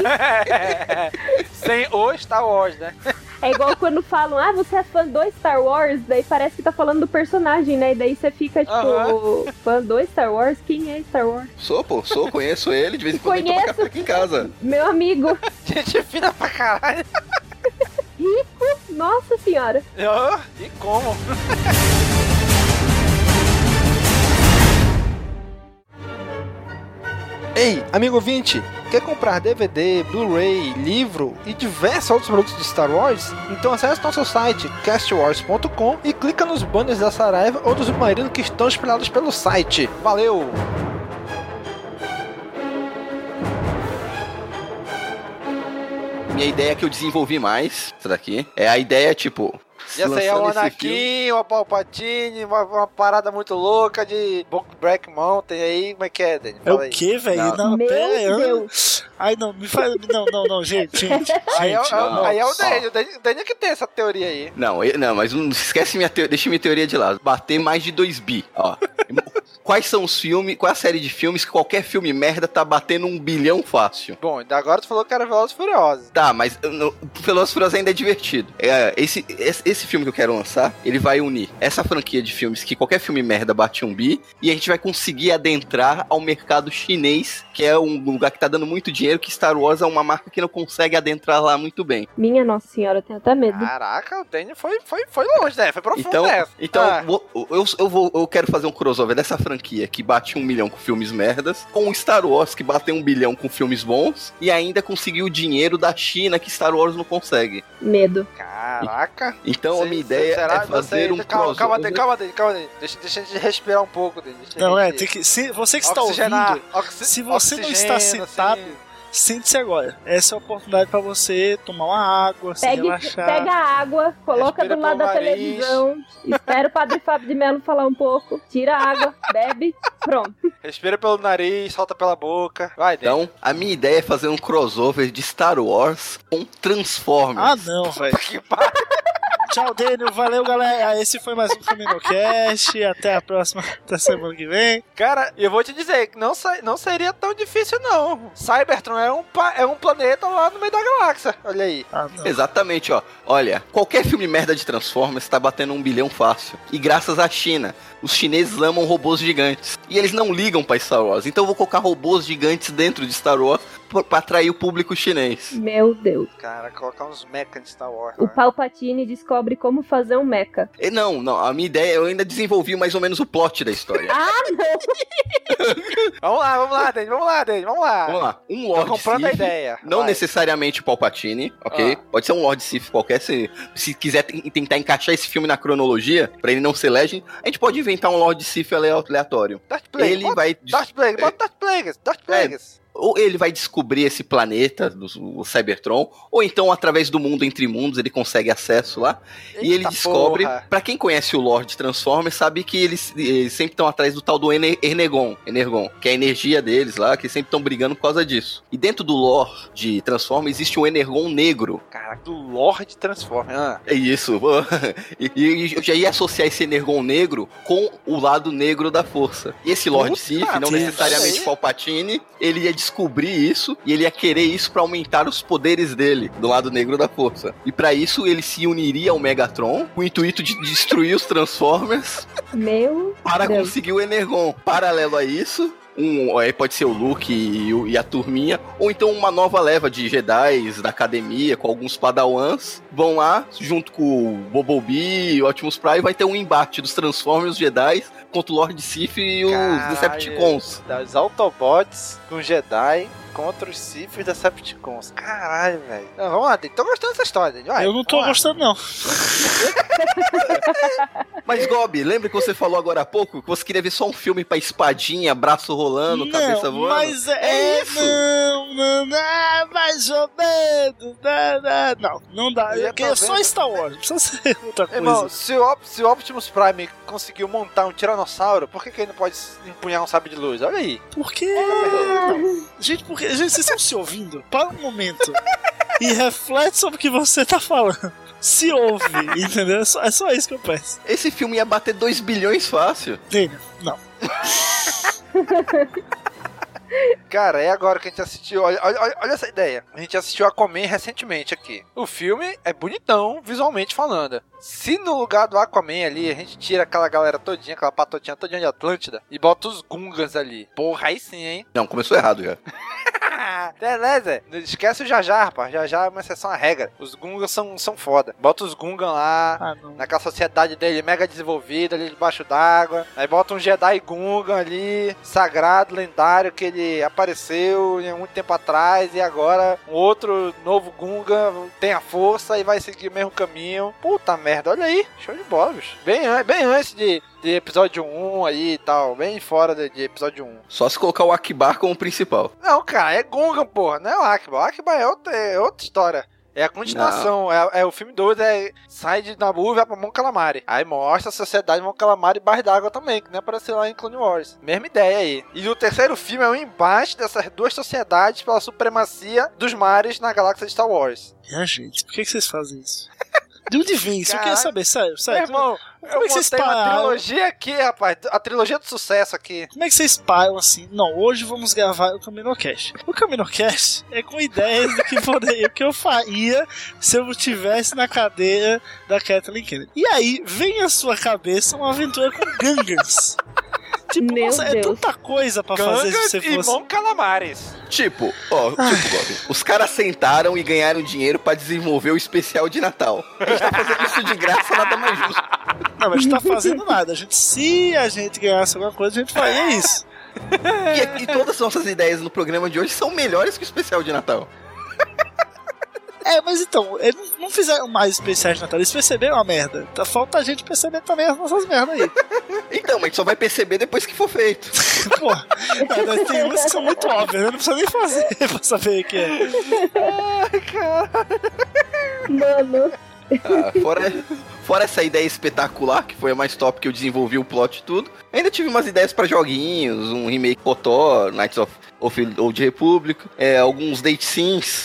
Sem o Star Wars, né? É igual quando falam, você é fã do Star Wars, daí parece que tá falando do personagem, né? E daí você fica, tipo, fã do Star Wars? Quem é Star Wars? Sou, conheço ele, de vez em quando ele toma café aqui em casa. Meu amigo. Gente fina pra caralho. Rico, nossa senhora. E como? Ei, amigo ouvinte, quer comprar DVD, Blu-ray, livro e diversos outros produtos de Star Wars? Então acesse nosso site castwars.com e clica nos banners da Saraiva ou do Submarino que estão espalhados pelo site. Valeu! Minha ideia que eu desenvolvi mais, essa daqui, é a ideia, tipo... Já saiu o Anakin, o Palpatine, uma parada muito louca de Black Mountain aí, como é que é, Dani? É o que, velho? Não, pera aí. Ai, não, me faz... Não, gente. Aí é o Dani é que tem essa teoria aí. Não, mas não esquece deixa minha teoria de lado. Bater mais de 2 bi, ó. Quais são os filmes, qual é a série de filmes que qualquer filme merda tá batendo 1 bilhão fácil? Bom, agora tu falou que era Velozes e Furiosos. Tá, mas Velozes e Furiosos ainda é divertido. Esse filme que eu quero lançar, ele vai unir essa franquia de filmes que qualquer filme merda bate 1 bi, e a gente vai conseguir adentrar ao mercado chinês, que é um lugar que tá dando muito dinheiro, que Star Wars é uma marca que não consegue adentrar lá muito bem. Minha Nossa Senhora, eu tenho até medo. Caraca, o Daniel foi longe, né? Foi profundo essa. Então, eu quero fazer um crossover dessa franquia que bate 1 milhão com filmes merdas, com o Star Wars que bate 1 bilhão com filmes bons, e ainda conseguir o dinheiro da China que Star Wars não consegue. Medo. Caraca. Então a minha ideia é fazer um crossover. Calma aí. Deixa a gente respirar um pouco. Tem que... você que está ouvindo, se você não está sentado... Assim. Sente-se agora. Essa é a oportunidade pra você tomar uma água, se relaxar. Pega a água, coloca do lado da televisão, espera o Padre Fábio de Mello falar um pouco, tira a água, bebe, Pronto. Respira pelo nariz, solta pela boca. Vai, então, a minha ideia é fazer um crossover de Star Wars com Transformers. Ah, não, velho. Que pariu. Tchau, Daniel. Valeu, galera. Esse foi mais um CaminoCast. Até a próxima, até semana que vem. Cara, eu vou te dizer que não seria tão difícil, não. Cybertron é um planeta lá no meio da galáxia. Olha aí. Exatamente, ó. Olha, qualquer filme merda de Transformers tá batendo 1 bilhão fácil. E graças à China. Os chineses amam robôs gigantes. E eles não ligam pra Star Wars. Então eu vou colocar robôs gigantes dentro de Star Wars pra atrair o público chinês. Meu Deus. Cara, colocar uns mechas de Star Wars. O Palpatine descobre como fazer um mecha. Não. A minha ideia, eu ainda desenvolvi mais ou menos o plot da história. não! Vamos lá, Dani. Vamos lá. Um Lord comprando Sith, a ideia. Não necessariamente Palpatine, ok? Pode ser um Lord Sith qualquer. Se quiser tentar encaixar esse filme na cronologia, pra ele não ser Legend, a gente pode inventar um Lord Sith aleatório. Darth Plagueis. Bota Darth Plagueis. Ou ele vai descobrir esse planeta, do Cybertron, ou então, através do mundo entre mundos, ele consegue acesso lá. Eita, e ele descobre, pra quem conhece o lore de Transformers, sabe que eles sempre estão atrás do tal do Energon, que é a energia deles lá, que sempre estão brigando por causa disso. E dentro do lore de Transformers existe um Energon negro. Caraca, do lore de Transformers. É isso. E eu já ia associar esse Energon negro com o lado negro da força. E esse Lord Sith, não necessariamente Palpatine, ele ia descobrir isso e ele ia querer isso pra aumentar os poderes dele do lado negro da força. E pra isso ele se uniria ao Megatron com o intuito de destruir os Transformers para conseguir o Energon. Paralelo a isso, pode ser o Luke e a turminha, ou então uma nova leva de Jedis da academia com alguns padawans vão lá junto com o Bumblebee e o Optimus Prime, vai ter um embate dos Transformers, os Jedis contra o Lord Sith e os Decepticons. Os Autobots com Jedi contra os Sith e Decepticons. Caralho, velho. Vamos lá, tô gostando dessa história. Vai, eu não tô gostando, não. Mas, Gobi, lembra que você falou agora há pouco que você queria ver só um filme pra espadinha, braço rolando, cabeça voando? Mas é isso. Não, mais ou menos. Não dá. É só Star Wars, não precisa ser outra coisa. Irmão, se o Optimus Prime conseguiu montar um tiranossauro, por que ele não pode empunhar um sabre de luz? Olha aí. Por quê? Gente, vocês estão se ouvindo? Para um momento e reflete sobre o que você tá falando. Se ouve, entendeu? É só isso que eu peço. Esse filme ia bater 2 bilhões fácil. Daniel, não. Cara, é agora que a gente assistiu. Olha essa ideia. A gente assistiu Aquaman recentemente aqui. O filme é bonitão, visualmente falando. Se no lugar do Aquaman ali, a gente tira aquela galera todinha, aquela patotinha todinha de Atlântida e bota os Gungans ali. Porra, aí sim, hein? Não, começou errado já. Beleza, esquece o Jar Jar, rapaz. Jar Jar é uma exceção à regra. Os Gungans são foda. Bota os Gungan lá, naquela sociedade dele mega desenvolvida, ali debaixo d'água. Aí bota um Jedi Gungan ali, sagrado, lendário, que ele apareceu há muito tempo atrás. E agora um outro novo Gungan tem a força e vai seguir o mesmo caminho. Puta merda, olha aí. Show de bola, bicho. Bem antes de episódio 1 aí e tal, bem fora de episódio 1. Só se colocar o Akbar como principal. Não, cara, é Gungan, porra, não é o Akbar. O Akbar é outra história. É a continuação, é o filme 2, sai de Naboo e vai pra Mon Calamari. Aí mostra a sociedade de Mon Calamari e Barra d'Água também, que nem apareceu lá em Clone Wars. Mesma ideia aí. E o terceiro filme é um embate dessas duas sociedades pela supremacia dos mares na galáxia de Star Wars. Gente, por que vocês fazem isso? De onde vem isso? Eu queria saber, sério. Meu irmão, como é que vocês param? Uma trilogia aqui, rapaz. A trilogia do sucesso aqui. Como é que vocês param assim? Não, hoje vamos gravar o CaminoCast. O CaminoCast é com ideias do que eu faria se eu estivesse na cadeira da Kathleen Kennedy. E aí, vem à sua cabeça uma aventura com Gungans. Tipo, nossa, é tanta coisa pra fazer se você fosse... e Mon Calamares. Tipo, Bob, os caras sentaram e ganharam dinheiro pra desenvolver o especial de Natal. A gente tá fazendo isso de graça, nada mais justo. Não, mas a gente tá fazendo nada. Se a gente ganhasse alguma coisa, a gente faria isso. E todas as nossas ideias no programa de hoje são melhores que o especial de Natal. Mas então, eles não fizeram mais especiais de Natal, eles perceberam a merda. Falta a gente perceber também as nossas merdas aí. Então, mas a gente só vai perceber depois que for feito. Pô, tem umas que são muito óbvias, não precisa nem fazer pra saber o que é. Ai, cara. Mano. Fora essa ideia espetacular, que foi a mais top, que eu desenvolvi o plot e tudo, ainda tive umas ideias pra joguinhos, um remake KOTOR, Knights of Old Republic, alguns date scenes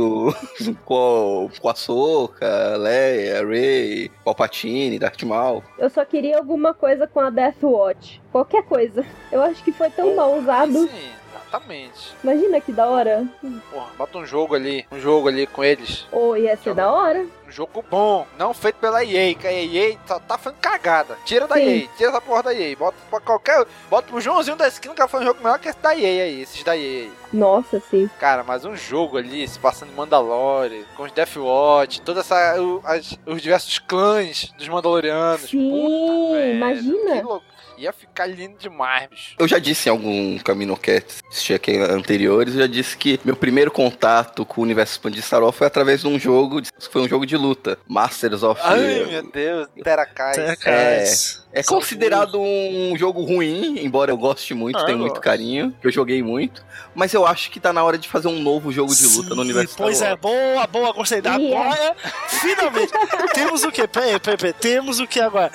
com a Ahsoka, Leia, Rey, Palpatine, Darth Maul. Eu só queria alguma coisa com a Death Watch. Qualquer coisa. Eu acho que foi tão mal usado. Sim, exatamente. Imagina que da hora. Porra, bota um jogo ali com eles. Ia ser da hora. Um jogo bom, não feito pela EA, que a EA tá fazendo cagada. Tira da EA, tira essa porra da EA. Bota pra bota pro Joãozinho da esquina que foi um jogo melhor que esse da EA aí, esses da EA aí. Nossa, sim. Cara, mas um jogo ali, se passando em Mandalore, com os Death Watch, toda os diversos clãs dos Mandalorianos. Sim, puta, imagina. Que louco. Ia ficar lindo demais, bicho. Eu já disse em algum CaminoCast, assisti aqui anteriores, eu já disse que meu primeiro contato com o universo expandido de Star Wars foi através de um jogo, foi um jogo de luta, Masters of... Ai, meu Deus, Terakais. É considerado um jogo ruim, embora eu goste muito, tenho muito carinho, que eu joguei muito, mas eu acho que tá na hora de fazer um novo jogo de luta no universo Star Wars. Pois boa, gostei da boia. Finalmente, temos o quê? Peraí, temos o que agora?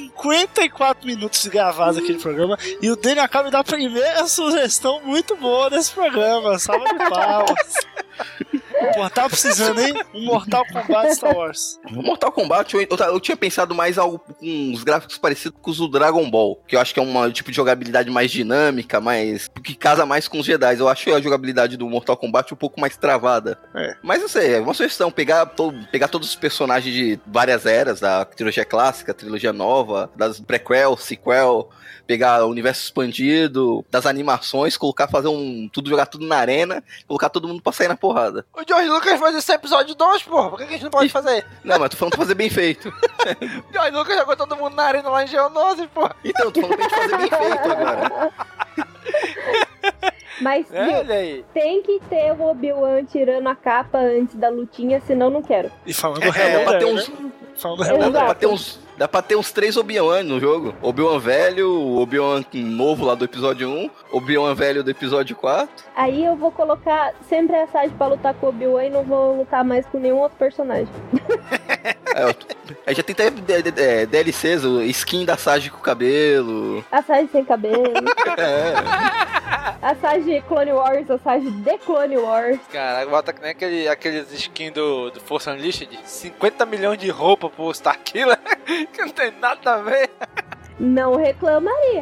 54 minutos de gravados aquele programa, e o Daniel acaba de dar a primeira sugestão muito boa desse programa, salva de palmas. Pô, tava precisando, hein? Um Mortal Kombat Star Wars. Mortal Kombat, eu tinha pensado mais algo com uns gráficos parecidos com os do Dragon Ball, que eu acho que é um tipo de jogabilidade mais dinâmica, que casa mais com os Jedi. Eu acho a jogabilidade do Mortal Kombat um pouco mais travada. Mas não sei, é uma sugestão, pegar todos os personagens de várias eras, da trilogia clássica, trilogia nova, das prequel, sequel, pegar o universo expandido, das animações, jogar tudo na arena, colocar todo mundo pra sair na porrada. O George Lucas faz esse episódio 2, porra, por que a gente não pode fazer? Não, mas tô falando pra fazer bem feito. O George Lucas jogou todo mundo na arena lá em Geonosis, porra. Então, tô falando pra gente fazer bem feito agora. Mas tem que ter o Obi-Wan tirando a capa antes da lutinha, senão não quero. E falando dá pra ter uns 3 Obi-Wan no jogo. Obi-Wan velho, o Obi-Wan novo lá do episódio 1, Obi-Wan velho do episódio 4. Aí eu vou colocar sempre a Asajj pra lutar com o Obi-Wan e não vou lutar mais com nenhum outro personagem. Aí já tem até DLCs, o skin da Asajj com cabelo. Asajj sem cabelo. Asajj Clone Wars, Asajj The Clone Wars. Cara, bota que nem aqueles skins do Force Unleashed, 50 milhões de roupa pro Starkiller, que não tem nada a ver. Não reclamaria.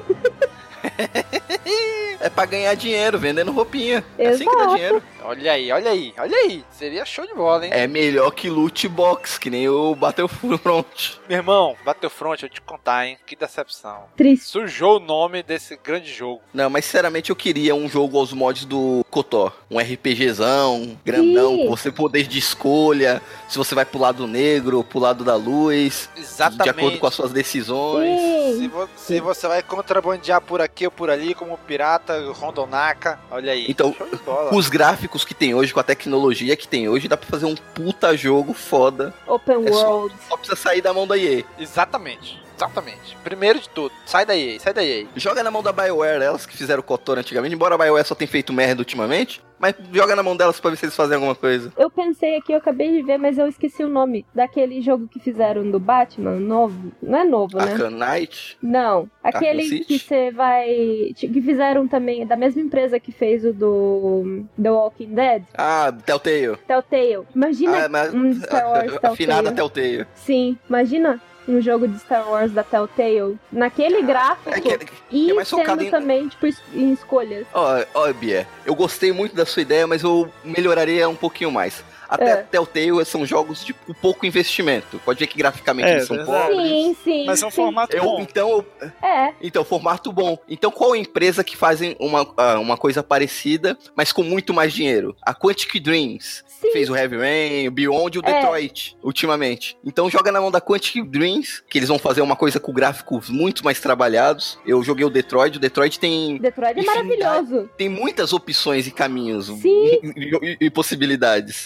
É pra ganhar dinheiro, vendendo roupinha. Exato. É assim que dá dinheiro. Olha aí. Seria show de bola, hein? É melhor que loot box, que nem o Battlefront. Meu irmão, Battlefront, eu te contar, hein? Que decepção. Triste. Sujou o nome desse grande jogo. Não, mas sinceramente eu queria um jogo aos mods do KOTOR. Um RPGzão, grandão, com você poder de escolha. Se você vai pro lado negro, pro lado da luz. Exatamente. De acordo com as suas decisões. Se você vai contrabandear por aqui ou por ali, como pirata, Rondonaka, olha aí. Então, com os gráficos que tem hoje, com a tecnologia que tem hoje, dá pra fazer um puta jogo foda. Open World. Só precisa sair da mão da EA. Exatamente. Primeiro de tudo, sai da EA. Joga na mão da BioWare, elas que fizeram o KOTOR antigamente, embora a BioWare só tenha feito merda ultimamente, mas joga na mão delas pra ver se eles fazem alguma coisa. Eu pensei aqui, eu acabei de ver, mas eu esqueci o nome daquele jogo que fizeram do Batman, novo. Não é novo, né? Arkham Knight? Não, aquele que você vai... que fizeram também, da mesma empresa que fez o do The Walking Dead. Ah, Telltale. Imagina um Star Wars Telltale. Afinada Telltale. Sim, imagina um jogo de Star Wars da Telltale naquele gráfico e mais sendo também, tipo, em escolhas. Ó, Bia, eu gostei muito da sua ideia, mas eu melhoraria um pouquinho mais. Até Telltale são jogos de pouco investimento. Pode ver que graficamente eles são pobres. Sim. Mas é um formato bom. Então, formato bom. Então, qual empresa que faz uma coisa parecida, mas com muito mais dinheiro? A Quantic Dreams. Fez o Heavy Rain, o Beyond e o Detroit, ultimamente. Então joga na mão da Quantic Dreams, que eles vão fazer uma coisa com gráficos muito mais trabalhados. Eu joguei o Detroit tem... Detroit é maravilhoso. Tem muitas opções e caminhos e possibilidades.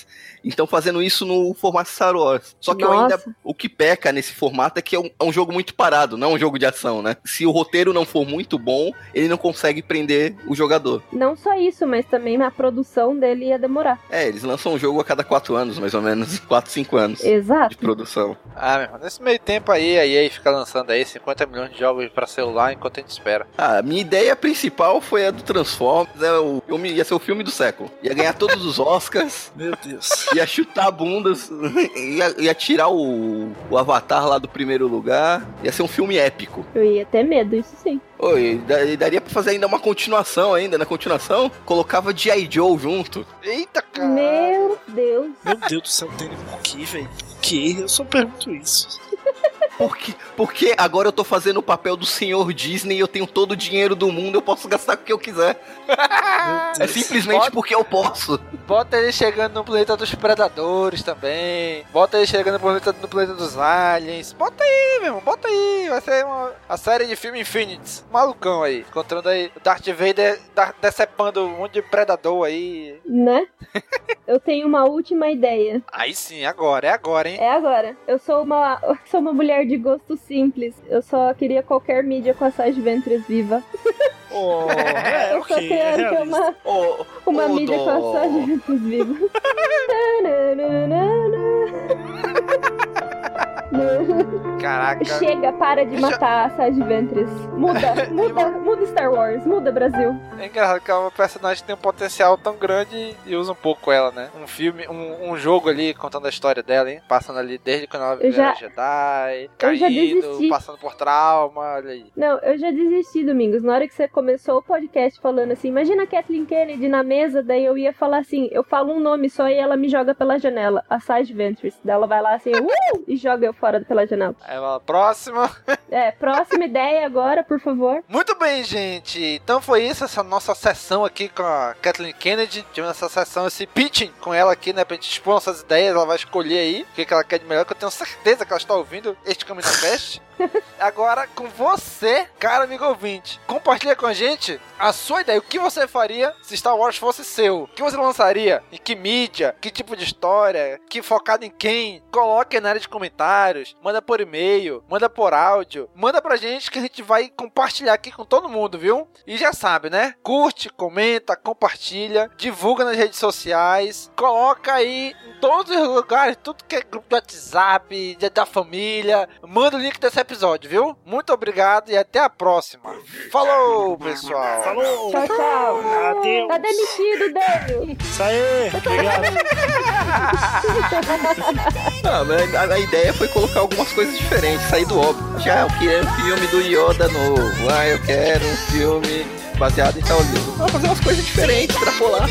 Então fazendo isso no formato Star Wars. Só que o que peca nesse formato é que é um jogo muito parado, não é um jogo de ação, né? Se o roteiro não for muito bom, ele não consegue prender o jogador. Não só isso, mas também a produção dele ia demorar. Eles lançam um jogo a cada 4 anos, mais ou menos. 4, 5 anos. Exato. De produção. Meu irmão, nesse meio tempo aí, a EA fica lançando aí 50 milhões de jogos pra celular enquanto a gente espera. A minha ideia principal foi a do Transformers, ia ser o filme do século. Ia ganhar todos os Oscars. Meu Deus. Ia chutar bundas, ia tirar o Avatar lá do primeiro lugar. Ia ser um filme épico. Eu ia ter medo, isso sim. Oi, daria pra fazer ainda uma continuação ainda. Na continuação, colocava G.I. Joe junto. Eita, cara. Meu Deus. Meu Deus do céu, tem por quê, velho? Que? Eu só pergunto isso. Porque agora eu tô fazendo o papel do senhor Disney e eu tenho todo o dinheiro do mundo, eu posso gastar com o que eu quiser. É simplesmente porque eu posso. Bota ele chegando no planeta dos predadores também. Bota ele chegando no planeta dos aliens. Bota aí, meu irmão, bota aí. Vai ser a série de filme Infinity. Malucão aí. Encontrando aí o Darth Vader decepando um monte de predador aí. Né? Eu tenho uma última ideia. Aí sim, agora. É agora, hein? É agora. Eu sou uma mulher de gosto simples. Eu só queria qualquer mídia com a Sage Ventress viva. Eu só quero ter uma mídia com a Sage Ventress viva. Caraca. Chega, para de matar a Sage Ventress. Muda Star Wars, muda Brasil. É engraçado que é uma personagem que tem um potencial tão grande e usa um pouco ela, né? Um filme, um jogo ali contando a história dela, hein? Passando ali desde quando ela era Jedi, caído, passando por trauma, olha aí. Não, eu já desisti, Domingos. Na hora que você começou o podcast falando assim, imagina a Kathleen Kennedy na mesa, daí eu ia falar assim, eu falo um nome só e ela me joga pela janela, a Sage Ventress. Daí ela vai lá assim, e joga eu fora pela janela. Próxima. Próxima ideia agora, por favor. Muito bem, gente. Então foi isso, essa nossa sessão aqui com a Kathleen Kennedy. Tivemos essa sessão, esse pitching com ela aqui, né? Pra gente expor nossas ideias. Ela vai escolher aí o que ela quer de melhor, que eu tenho certeza que ela está ouvindo este CaminoCast. Agora, com você, cara amigo ouvinte, compartilha com a gente a sua ideia. O que você faria se Star Wars fosse seu? O que você lançaria? Em que mídia? Que tipo de história? Que focado em quem? Coloque na área de comentários. Manda por e-mail. Manda por áudio. Manda pra gente que a gente vai compartilhar aqui com todo mundo, viu? E já sabe, né? Curte, comenta, compartilha. Divulga nas redes sociais. Coloca aí em todos os lugares. Tudo que é grupo do WhatsApp, da família. Manda o link desse episódio, viu? Muito obrigado e até a próxima. Falou, pessoal. Falou. Tchau, tchau. Adeus. Tá demitido, Daniel. Isso aí. Obrigado. A ideia foi colocar algumas coisas diferentes, sair do óbvio. Eu quero um filme do Yoda novo. Eu quero um filme baseado em tal livro. Vamos fazer umas coisas diferentes, extrapolar.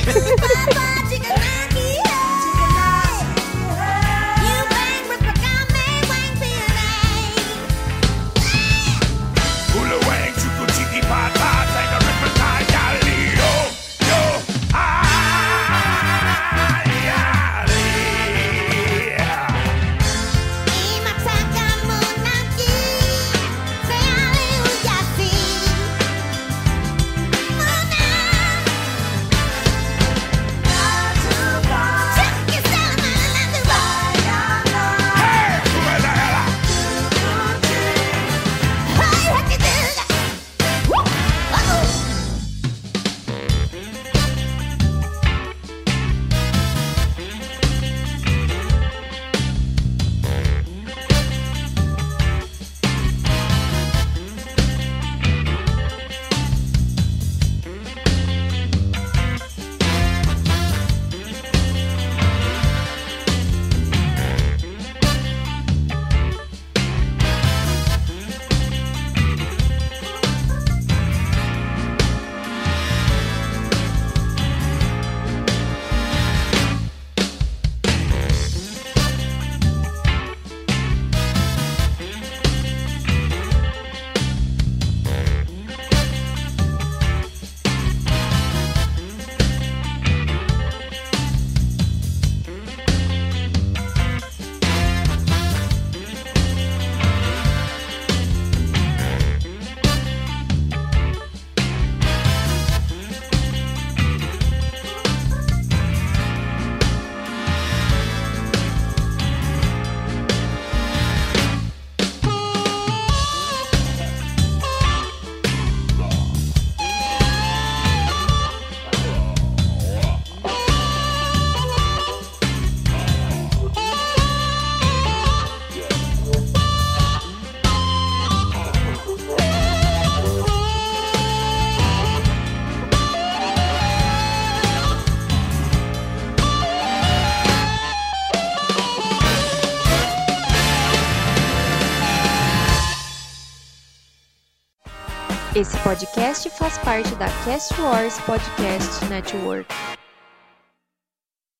Esse podcast faz parte da Cast Wars Podcast Network.